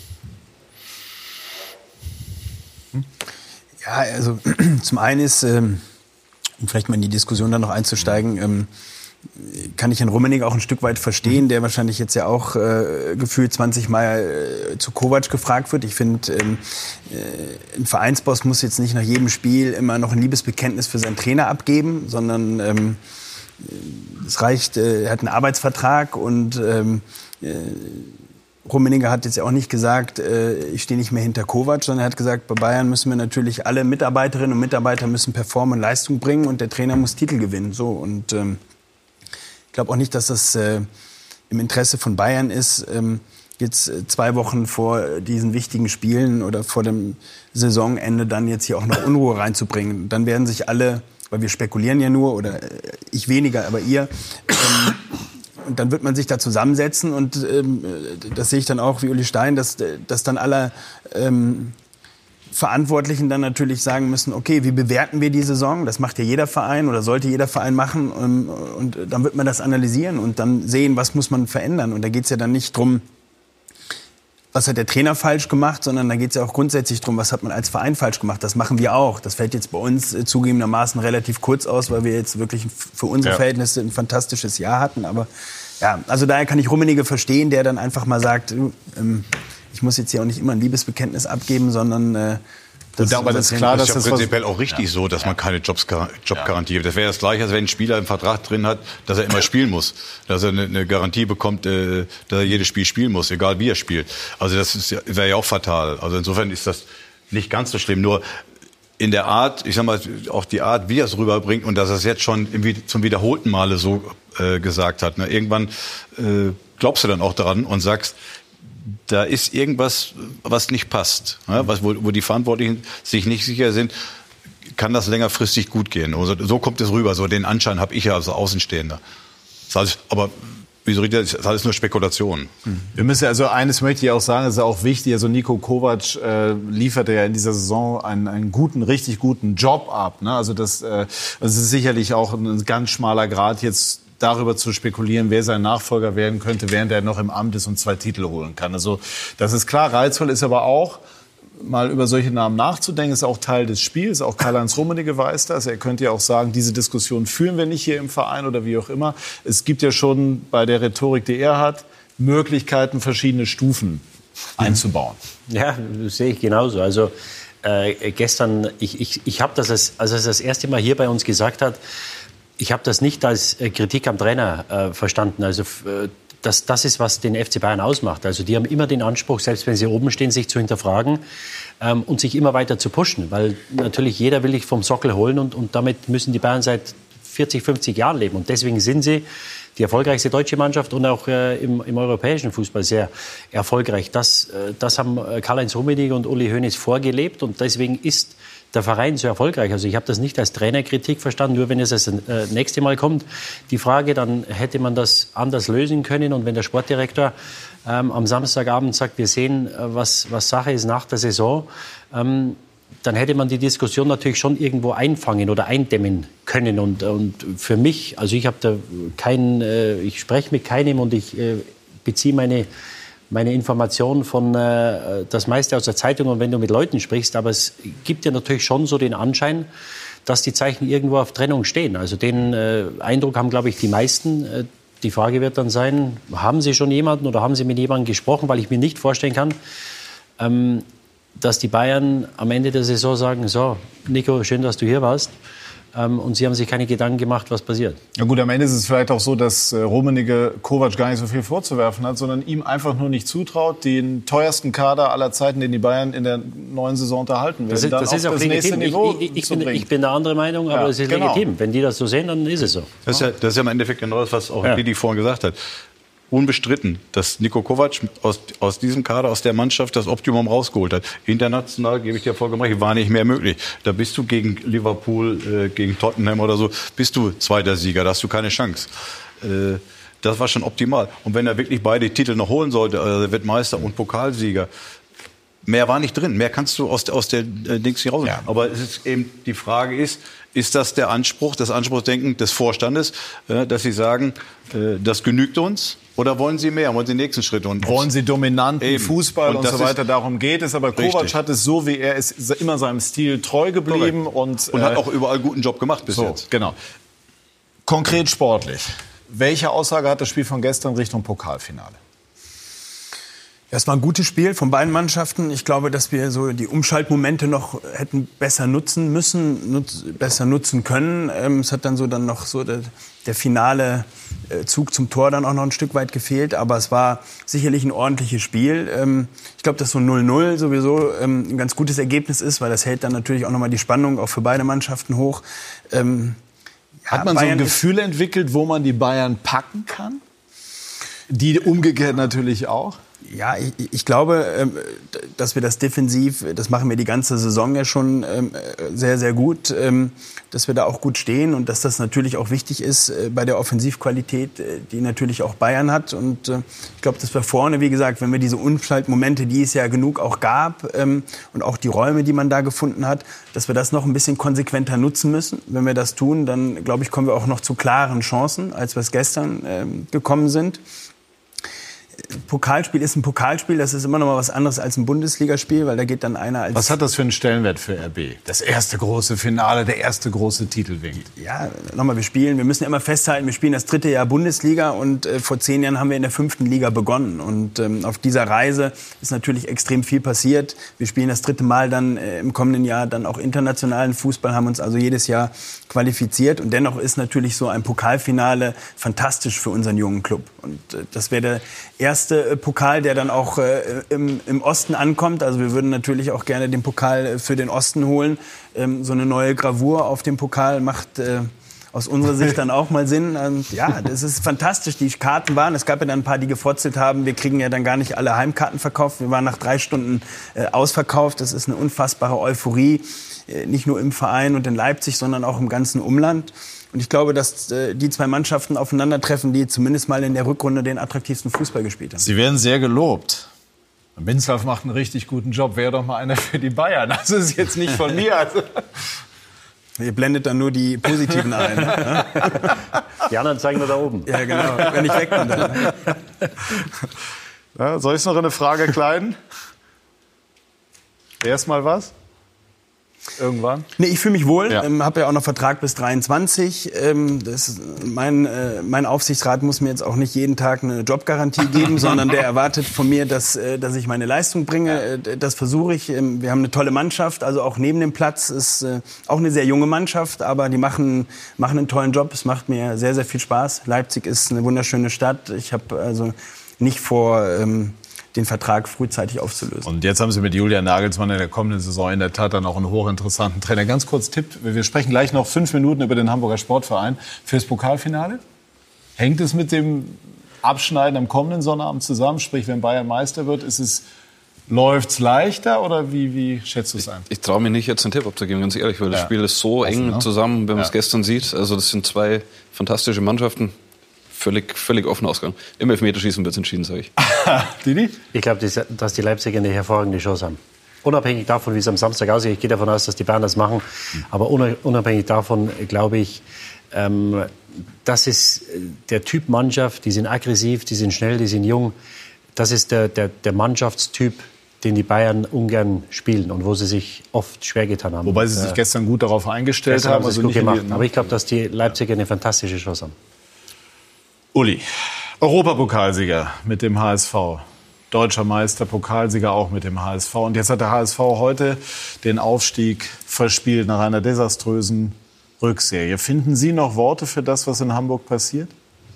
C: Ja, also zum einen ist, ähm, um vielleicht mal in die Diskussion dann noch einzusteigen, ähm, kann ich Herrn Rummenigge auch ein Stück weit verstehen, der wahrscheinlich jetzt ja auch äh, gefühlt zwanzig Mal äh, zu Kovac gefragt wird. Ich finde, ähm, äh, ein Vereinsboss muss jetzt nicht nach jedem Spiel immer noch ein Liebesbekenntnis für seinen Trainer abgeben, sondern ähm, es reicht, äh, er hat einen Arbeitsvertrag und ähm, äh, Rummenigge hat jetzt ja auch nicht gesagt, äh, ich stehe nicht mehr hinter Kovac, sondern er hat gesagt, bei Bayern müssen wir natürlich alle Mitarbeiterinnen und Mitarbeiter müssen performen und Leistung bringen und der Trainer muss Titel gewinnen. So und ähm, ich glaube auch nicht, dass das äh, im Interesse von Bayern ist, ähm, jetzt äh, zwei Wochen vor diesen wichtigen Spielen oder vor dem Saisonende dann jetzt hier auch noch Unruhe reinzubringen. Dann werden sich alle, weil wir spekulieren ja nur, oder äh, ich weniger, aber ihr, ähm, und dann wird man sich da zusammensetzen und ähm, das sehe ich dann auch wie Uli Stein, dass, dass dann alle ähm, Verantwortlichen dann natürlich sagen müssen, okay, wie bewerten wir die Saison? Das macht ja jeder Verein oder sollte jeder Verein machen. Und, und dann wird man das analysieren und dann sehen, was muss man verändern. Und da geht es ja dann nicht drum, was hat der Trainer falsch gemacht, sondern da geht es ja auch grundsätzlich drum, was hat man als Verein falsch gemacht. Das machen wir auch. Das fällt jetzt bei uns äh, zugegebenermaßen relativ kurz aus, weil wir jetzt wirklich für unsere ja. Verhältnisse ein fantastisches Jahr hatten. Aber Ja, also daher kann ich Rummenigge verstehen, der dann einfach mal sagt, ähm, ich muss jetzt hier auch nicht immer ein Liebesbekenntnis abgeben, sondern äh,
B: das, und aber das ist klar, das ist ja prinzipiell auch richtig ja. so, dass man keine Jobs, Jobgarantie hat. Das wäre das Gleiche, als wenn ein Spieler einen Vertrag drin hat, dass er immer spielen muss. Dass er eine, eine Garantie bekommt, äh, dass er jedes Spiel spielen muss, egal wie er spielt. Also das ist ja, wäre ja auch fatal. Also insofern ist das nicht ganz so schlimm. Nur in der Art, ich sag mal, auch die Art, wie er es rüberbringt und dass er es jetzt schon im, zum wiederholten Male so äh, gesagt hat. Ne? Irgendwann äh, glaubst du dann auch daran und sagst, da ist irgendwas, was nicht passt, ne? was, wo, wo die Verantwortlichen sich nicht sicher sind, kann das längerfristig gut gehen. Also, so kommt es rüber, so den Anschein habe ich ja als Außenstehender. Das heißt, aber wie so richtig, das ist alles nur Spekulation.
A: Wir müssen also eines möchte ich auch sagen, das ist auch wichtig. Also Niko Kovac äh, lieferte ja in dieser Saison einen, einen guten, richtig guten Job ab. Ne? Also das, äh, das ist sicherlich auch ein ganz schmaler Grad jetzt darüber zu spekulieren, wer sein Nachfolger werden könnte, während er noch im Amt ist und zwei Titel holen kann. Also das ist klar. Reizvoll ist aber auch, mal über solche Namen nachzudenken, ist auch Teil des Spiels. Auch Karl-Heinz Rummenigge weiß das. Er könnte ja auch sagen, diese Diskussion führen wir nicht hier im Verein oder wie auch immer. Es gibt ja schon bei der Rhetorik, die er hat, Möglichkeiten, verschiedene Stufen einzubauen.
E: Ja, das sehe ich genauso. Also äh, gestern, ich, ich, ich habe das, als, als er das erste Mal hier bei uns gesagt hat, ich habe das nicht als äh, Kritik am Trainer äh, verstanden. Also äh, das, das ist, was den F C Bayern ausmacht. Also die haben immer den Anspruch, selbst wenn sie oben stehen, sich zu hinterfragen ähm, und sich immer weiter zu pushen. Weil natürlich jeder will dich vom Sockel holen und, und damit müssen die Bayern seit vierzig, fünfzig Jahren leben. Und deswegen sind sie die erfolgreichste deutsche Mannschaft und auch äh, im, im europäischen Fußball sehr erfolgreich. Das, äh, das haben Karl-Heinz Rummenigge und Uli Hoeneß vorgelebt und deswegen ist der Verein so erfolgreich. Also ich habe das nicht als Trainerkritik verstanden, nur wenn es das äh, nächste Mal kommt, die Frage, dann hätte man das anders lösen können. Und wenn der Sportdirektor ähm, am Samstagabend sagt, wir sehen, äh, was, was Sache ist nach der Saison, ähm, dann hätte man die Diskussion natürlich schon irgendwo einfangen oder eindämmen können. Und, und für mich, also ich habe da keinen, äh, ich spreche mit keinem und ich äh, beziehe meine meine Informationen von äh, das meiste aus der Zeitung und wenn du mit Leuten sprichst, aber es gibt ja natürlich schon so den Anschein, dass die Zeichen irgendwo auf Trennung stehen. Also den äh, Eindruck haben, glaube ich, die meisten. Äh, die Frage wird dann sein, haben Sie schon jemanden oder haben Sie mit jemandem gesprochen, weil ich mir nicht vorstellen kann, ähm, dass die Bayern am Ende der Saison sagen, so, Nico, schön, dass du hier warst. Und Sie haben sich keine Gedanken gemacht, was passiert.
A: Ja gut, am Ende ist es vielleicht auch so, dass Rummenigge Kovac gar nicht so viel vorzuwerfen hat, sondern ihm einfach nur nicht zutraut, den teuersten Kader aller Zeiten, den die Bayern in der neuen Saison unterhalten werden,
E: das ist,
A: dann
E: das
A: auf
E: ist auch
A: das
E: legitim.
A: nächste Niveau
E: ich, ich,
A: zu
E: bin, ich bin der andere Meinung, aber es ja, ist genau. legitim. Wenn die das so sehen, dann ist es so.
B: Das ist ja, das ist ja im Endeffekt genau das, was auch ja. Didi vorhin gesagt hat. Unbestritten, dass Niko Kovac aus, aus diesem Kader, aus der Mannschaft das Optimum rausgeholt hat. International, gebe ich dir vollkommen recht, war nicht mehr möglich. Da bist du gegen Liverpool, äh, gegen Tottenham oder so, bist du zweiter Sieger, da hast du keine Chance. Äh, das war schon optimal. Und wenn er wirklich beide Titel noch holen sollte, also er wird Meister und Pokalsieger, mehr war nicht drin, mehr kannst du aus, aus der äh, Dings hier raus. Ja. Aber es ist eben, die Frage ist, ist das der Anspruch, das Anspruchsdenken des Vorstandes, äh, dass sie sagen, äh, das genügt uns? Oder wollen Sie mehr? Wollen Sie den nächsten Schritt? Und
A: wollen Sie dominanten eben. Fußball und, und so weiter? Darum geht es. Aber Kovac richtig. Hat es so, wie er ist, immer seinem Stil treu geblieben. Und,
B: und äh, hat auch überall guten Job gemacht bis
A: so,
B: jetzt.
A: Genau. Konkret sportlich. Welche Aussage hat das Spiel von gestern Richtung Pokalfinale?
C: Es war ein gutes Spiel von beiden Mannschaften. Ich glaube, dass wir so die Umschaltmomente noch hätten besser nutzen müssen, nutz, besser nutzen können. Ähm, es hat dann so dann noch so der, der finale äh, Zug zum Tor dann auch noch ein Stück weit gefehlt. Aber es war sicherlich ein ordentliches Spiel. Ähm, ich glaube, dass so null null sowieso ähm, ein ganz gutes Ergebnis ist, weil das hält dann natürlich auch noch mal die Spannung auch für beide Mannschaften hoch. Ähm,
A: ja, hat man Bayern so ein Gefühl entwickelt, wo man die Bayern packen kann? Die umgekehrt natürlich auch?
C: Ja, ich, ich glaube, dass wir das defensiv, das machen wir die ganze Saison ja schon sehr, sehr gut, dass wir da auch gut stehen und dass das natürlich auch wichtig ist bei der Offensivqualität, die natürlich auch Bayern hat. Und ich glaube, dass wir vorne, wie gesagt, wenn wir diese Umschaltmomente, die es ja genug auch gab und auch die Räume, die man da gefunden hat, dass wir das noch ein bisschen konsequenter nutzen müssen. Wenn wir das tun, dann, glaube ich, kommen wir auch noch zu klaren Chancen, als wir es gestern gekommen sind. Pokalspiel ist ein Pokalspiel, das ist immer noch mal was anderes als ein Bundesligaspiel, weil da geht dann einer als...
A: Was hat das für einen Stellenwert für R B? Das erste große Finale, der erste große Titel winkt.
C: Ja, nochmal, wir spielen, wir müssen ja immer festhalten, wir spielen das dritte Jahr Bundesliga und äh, vor zehn Jahren haben wir in der fünften Liga begonnen. Und ähm, auf dieser Reise ist natürlich extrem viel passiert. Wir spielen das dritte Mal dann äh, im kommenden Jahr dann auch internationalen Fußball, haben uns also jedes Jahr qualifiziert. Und dennoch ist natürlich so ein Pokalfinale fantastisch für unseren jungen Club. Und äh, das wäre der erste äh, Pokal, der dann auch äh, im, im Osten ankommt. Also wir würden natürlich auch gerne den Pokal für den Osten holen. Ähm, so eine neue Gravur auf dem Pokal macht äh, aus unserer Sicht dann auch mal Sinn. Und ja, das ist fantastisch. Die Karten waren, es gab ja dann ein paar, die gefotzelt haben. Wir kriegen ja dann gar nicht alle Heimkarten verkauft. Wir waren nach drei Stunden äh, ausverkauft. Das ist eine unfassbare Euphorie. Äh, nicht nur im Verein und in Leipzig, sondern auch im ganzen Umland. Und ich glaube, dass äh, die zwei Mannschaften aufeinandertreffen, die zumindest mal in der Rückrunde den attraktivsten Fußball gespielt haben.
A: Sie werden sehr gelobt. Minzlaff macht einen richtig guten Job. Wäre doch mal einer für die Bayern. Das ist jetzt nicht von mir. Also
C: Ihr blendet dann nur die Positiven ein. Ne?
E: Die anderen zeigen wir da oben.
C: Ja, genau. Wenn ich weg bin, dann.
A: Ja, soll ich noch eine Frage kleiden? Erstmal was? Irgendwann?
C: Nee, ich fühle mich wohl.
A: Ja.
C: Ähm, habe ja auch noch Vertrag bis dreiundzwanzig. Ähm, das, mein, äh, mein Aufsichtsrat muss mir jetzt auch nicht jeden Tag eine Jobgarantie geben, sondern der erwartet von mir, dass, äh, dass ich meine Leistung bringe. Äh, das versuche ich. Ähm, wir haben eine tolle Mannschaft. Also auch neben dem Platz ist äh, auch eine sehr junge Mannschaft, aber die machen, machen einen tollen Job. Es macht mir sehr, sehr viel Spaß. Leipzig ist eine wunderschöne Stadt. Ich habe also nicht vor... Ähm, den Vertrag frühzeitig aufzulösen.
A: Und jetzt haben Sie mit Julian Nagelsmann in der kommenden Saison in der Tat dann auch einen hochinteressanten Trainer. Ganz kurz Tipp, wir sprechen gleich noch fünf Minuten über den Hamburger Sportverein fürs Pokalfinale. Hängt es mit dem Abschneiden am kommenden Sonnabend zusammen? Sprich, wenn Bayern Meister wird, ist es, läuft's leichter oder wie, wie schätzt du es ein?
D: Ich, ich traue mir nicht jetzt einen Tipp abzugeben, ganz ehrlich, weil das
A: Ja.
D: Spiel ist so eng
A: Offen, ne?
D: zusammen, wenn man
A: Ja.
D: es gestern sieht. Also das sind zwei fantastische Mannschaften. Völlig, völlig offen Ausgang. Im Elfmeterschießen wird es entschieden, sage ich.
A: Didi?
E: Ich glaube, dass die Leipziger eine hervorragende Chance haben. Unabhängig davon, wie es am Samstag aussieht. Ich gehe davon aus, dass die Bayern das machen. Aber unabhängig davon glaube ich, ähm, das ist der Typ Mannschaft. Die sind aggressiv, die sind schnell, die sind jung. Das ist der, der, der Mannschaftstyp, den die Bayern ungern spielen und wo sie sich oft schwer getan haben.
A: Wobei sie sich
E: äh,
A: gestern gut darauf eingestellt
E: gestern
A: haben.
E: haben sie
A: Also
E: es
A: nicht
E: gut
A: in die-
E: gemacht. Aber ich glaube, dass die Leipziger eine fantastische Chance haben.
A: Uli, Europapokalsieger mit dem H S V. Deutscher Meister, Pokalsieger auch mit dem H S V. Und jetzt hat der H S V heute den Aufstieg verspielt nach einer desaströsen Rückserie. Finden Sie noch Worte für das, was in Hamburg passiert?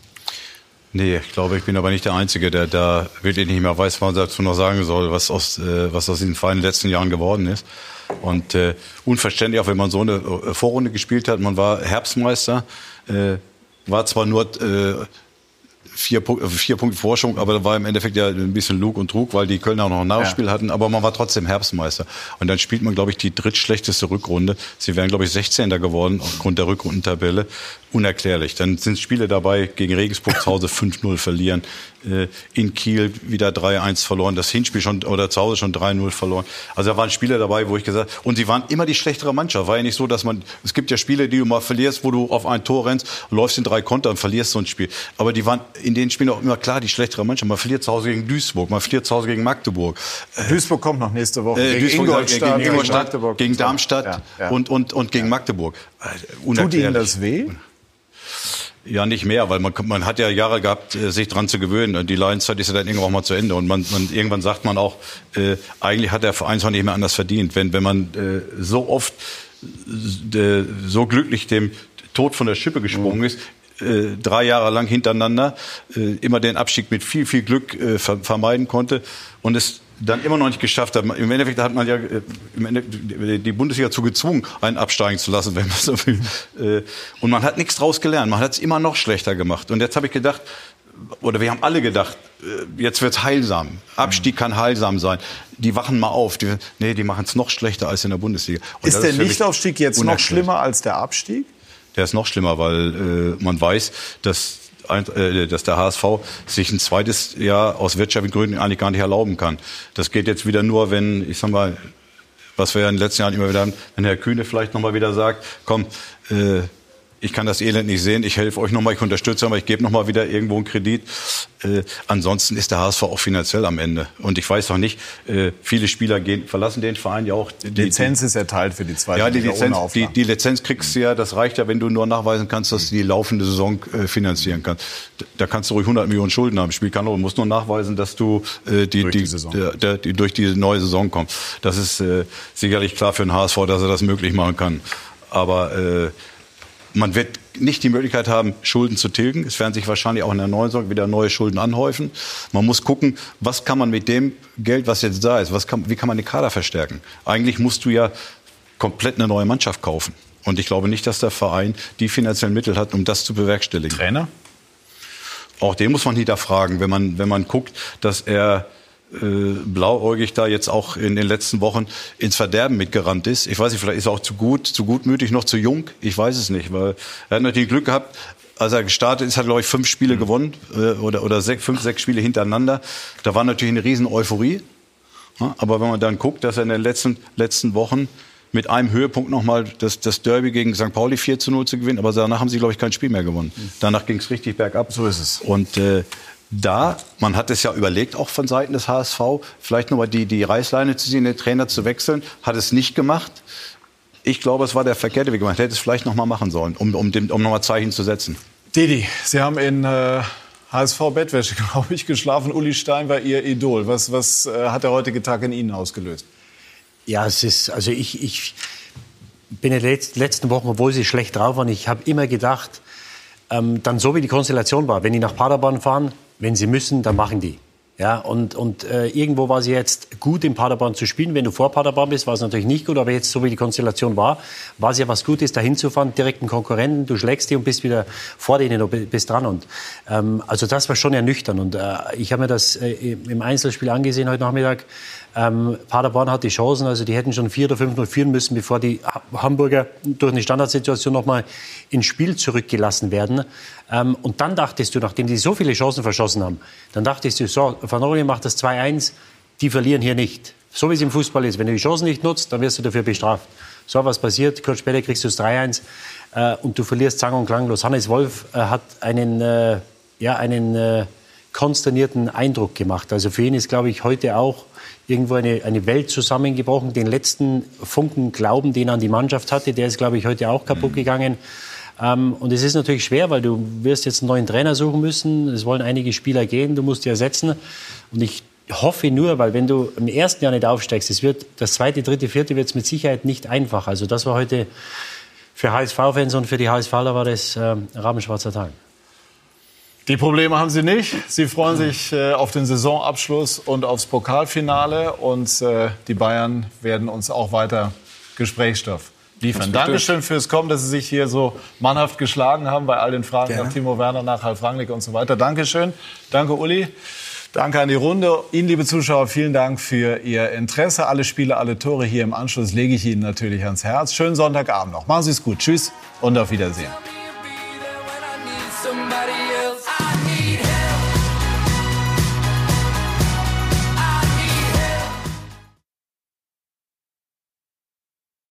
B: Nee, ich glaube, ich bin aber nicht der Einzige, der da wirklich nicht mehr weiß, was man dazu noch sagen soll, was aus, äh, was aus diesen Vereinen in den letzten Jahren geworden ist. Und äh, unverständlich, auch wenn man so eine äh, Vorrunde gespielt hat. Man war Herbstmeister, äh, war zwar nur äh, vier, Pu- vier Punkte Vorsprung, aber da war im Endeffekt ja ein bisschen Lug und Trug, weil die Kölner auch noch ein Nachspiel
A: Ja.
B: hatten. Aber man war trotzdem Herbstmeister. Und dann spielt man, glaube ich, die drittschlechteste Rückrunde. Sie wären, glaube ich, sechzehnter geworden aufgrund der Rückrundentabelle. Unerklärlich. Dann sind Spiele dabei, gegen Regensburg zu Hause fünf null verlieren, äh, in Kiel wieder drei eins verloren, das Hinspiel schon oder zu Hause schon drei null verloren. Also da waren Spiele dabei, wo ich gesagt habe, und sie waren immer die schlechtere Mannschaft. War ja nicht so, dass man, es gibt ja Spiele, die du mal verlierst, wo du auf ein Tor rennst, läufst in drei Konter und verlierst so ein Spiel. Aber die waren in den Spielen auch immer klar die schlechtere Mannschaft. Man verliert zu Hause gegen Duisburg, man verliert zu Hause gegen Magdeburg.
A: Duisburg kommt noch nächste Woche.
B: Äh,
A: gegen
B: Duisburg,
A: Ingolstadt,
B: gegen, Ingolstadt,
A: Magdeburg.
B: gegen Darmstadt
A: Ja, ja.
B: Und, und, und gegen Magdeburg. Äh,
A: Tut
B: unerklärlich.
A: Ihnen das weh?
B: Ja, nicht mehr, weil man, man hat ja Jahre gehabt, äh, sich dran zu gewöhnen. Die Leidenszeit ist ja dann irgendwann auch mal zu Ende. Und man, man, irgendwann sagt man auch, äh, eigentlich hat der Verein zwar nicht mehr anders verdient. Wenn, wenn man äh, so oft äh, so glücklich dem Tod von der Schippe gesprungen ist, äh, drei Jahre lang hintereinander, äh, immer den Abstieg mit viel, viel Glück äh, ver vermeiden konnte und es dann immer noch nicht geschafft hat. Im Endeffekt hat man ja äh, im Endeffekt die Bundesliga dazu gezwungen, einen absteigen zu lassen, wenn man so will. Äh, und man hat nichts draus gelernt. Man hat es immer noch schlechter gemacht. Und jetzt habe ich gedacht, oder wir haben alle gedacht, äh, jetzt wird's heilsam. Abstieg kann heilsam sein. Die wachen mal auf. Die, nee, die machen es noch schlechter als in der Bundesliga. Und
A: Ist
B: das
A: der
B: für mich
A: Nichtaufstieg jetzt noch
B: unerklärlich.
A: schlimmer als der Abstieg?
B: Der ist noch schlimmer, weil äh, man weiß, dass, ein, äh, dass der H S V sich ein zweites Jahr aus wirtschaftlichen Gründen eigentlich gar nicht erlauben kann. Das geht jetzt wieder nur, wenn, ich sag mal, was wir ja in den letzten Jahren immer wieder haben, wenn Herr Kühne vielleicht noch mal wieder sagt, komm, äh, ich kann das Elend nicht sehen, ich helfe euch nochmal, ich unterstütze, aber ich gebe nochmal wieder irgendwo einen Kredit. Äh, ansonsten ist der H S V auch finanziell am Ende. Und ich weiß noch nicht, äh, viele Spieler gehen, verlassen den Verein ja auch.
A: Die Lizenz ist erteilt für die zweite
B: Ja, die
A: Liga
B: Lizenz,
A: ohne
B: die, die Lizenz kriegst du ja, das reicht ja, wenn du nur nachweisen kannst, dass du die laufende Saison äh, finanzieren kannst. Da kannst du ruhig hundert Millionen Schulden haben. Spiel kann du musst nur nachweisen, dass du äh, die, durch die, die, der, der, die durch die neue Saison kommst. Das ist äh, sicherlich klar für den H S V, dass er das möglich machen kann. Aber äh, man wird nicht die Möglichkeit haben, Schulden zu tilgen. Es werden sich wahrscheinlich auch in der neuen Saison wieder neue Schulden anhäufen. Man muss gucken, was kann man mit dem Geld, was jetzt da ist, was kann, wie kann man den Kader verstärken? Eigentlich musst du ja komplett eine neue Mannschaft kaufen. Und ich glaube nicht, dass der Verein die finanziellen Mittel hat, um das zu bewerkstelligen.
A: Trainer?
B: Auch den muss man hinterfragen, wenn man, wenn man guckt, dass er Äh, blauäugig da jetzt auch in den letzten Wochen ins Verderben mitgerannt ist. Ich weiß nicht, vielleicht ist er auch zu gut, zu gutmütig, noch zu jung. Ich weiß es nicht, weil er hat natürlich Glück gehabt. Als er gestartet ist, hat er, glaube ich, fünf Spiele mhm. gewonnen äh, oder, oder sech, fünf, sechs Spiele hintereinander. Da war natürlich eine riesen Euphorie. Ja, aber wenn man dann guckt, dass er in den letzten, letzten Wochen mit einem Höhepunkt nochmal das, das Derby gegen Sankt Pauli vier zu null zu gewinnen, aber danach haben sie, glaube ich, kein Spiel mehr gewonnen. Mhm. Danach ging es richtig bergab.
A: So ist es.
B: Und äh, da, man hat es ja überlegt, auch von Seiten des H S V, vielleicht nochmal die, die Reißleine zu ziehen, den Trainer zu wechseln, hat es nicht gemacht. Ich glaube, es war der verkehrte Weg gemacht. Hätte es vielleicht nochmal machen sollen, um, um, dem, um nochmal Zeichen zu setzen.
A: Didi, Sie haben in äh, H S V-Bettwäsche, glaube ich, geschlafen. Uli Stein war Ihr Idol. Was, was äh, hat der heutige Tag in Ihnen ausgelöst?
E: Ja, es ist, also ich, ich bin in den letzten Wochen, obwohl sie schlecht drauf waren, ich habe immer gedacht, ähm, dann so wie die Konstellation war, wenn die nach Paderborn fahren, wenn sie müssen, dann machen die. Ja, und und äh, irgendwo war sie jetzt gut, in Paderborn zu spielen. Wenn du vor Paderborn bist, war es natürlich nicht gut. Aber jetzt, so wie die Konstellation war, war es ja was Gutes, da hinzufahren, direkten Konkurrenten. Du schlägst die und bist wieder vor denen und bist dran. Und, ähm, also das war schon ernüchternd. Und äh, ich habe mir das äh, im Einzelspiel angesehen heute Nachmittag. Ähm, Paderborn hat die Chancen, also die hätten schon vier oder fünf null führen müssen, bevor die Hamburger durch eine Standardsituation noch mal ins Spiel zurückgelassen werden. Ähm, und dann dachtest du, nachdem die so viele Chancen verschossen haben, dann dachtest du, so, Van Rooyen macht das zwei eins, die verlieren hier nicht. So wie es im Fußball ist, wenn du die Chancen nicht nutzt, dann wirst du dafür bestraft. So, was passiert, kurz später kriegst du das drei eins äh, und du verlierst sang- und klanglos. Hannes Wolf äh, hat einen, äh, ja, einen äh, konsternierten Eindruck gemacht. Also für ihn ist, glaube ich, heute auch irgendwo eine, eine Welt zusammengebrochen. Den letzten Funken Glauben, den er an die Mannschaft hatte, der ist, glaube ich, heute auch kaputt gegangen. Ähm, und es ist natürlich schwer, weil du wirst jetzt einen neuen Trainer suchen müssen. Es wollen einige Spieler gehen, du musst die ersetzen. Und ich hoffe nur, weil wenn du im ersten Jahr nicht aufsteigst, es wird das zweite, dritte, vierte wird es mit Sicherheit nicht einfach. Also das war heute für H S V-Fans und für die H S Vler war das äh, ein rabenschwarzer Tag.
A: Die Probleme haben Sie nicht. Sie freuen sich äh, auf den Saisonabschluss und aufs Pokalfinale. Und äh, die Bayern werden uns auch weiter Gesprächsstoff liefern. Dankeschön fürs Kommen, dass Sie sich hier so mannhaft geschlagen haben bei all den Fragen Gerne. nach Timo Werner, nach Ralf Rangnick und so weiter. Dankeschön. Danke, Uli. Danke an die Runde. Ihnen, liebe Zuschauer, vielen Dank für Ihr Interesse. Alle Spiele, alle Tore hier im Anschluss lege ich Ihnen natürlich ans Herz. Schönen Sonntagabend noch. Machen Sie es gut. Tschüss und auf Wiedersehen.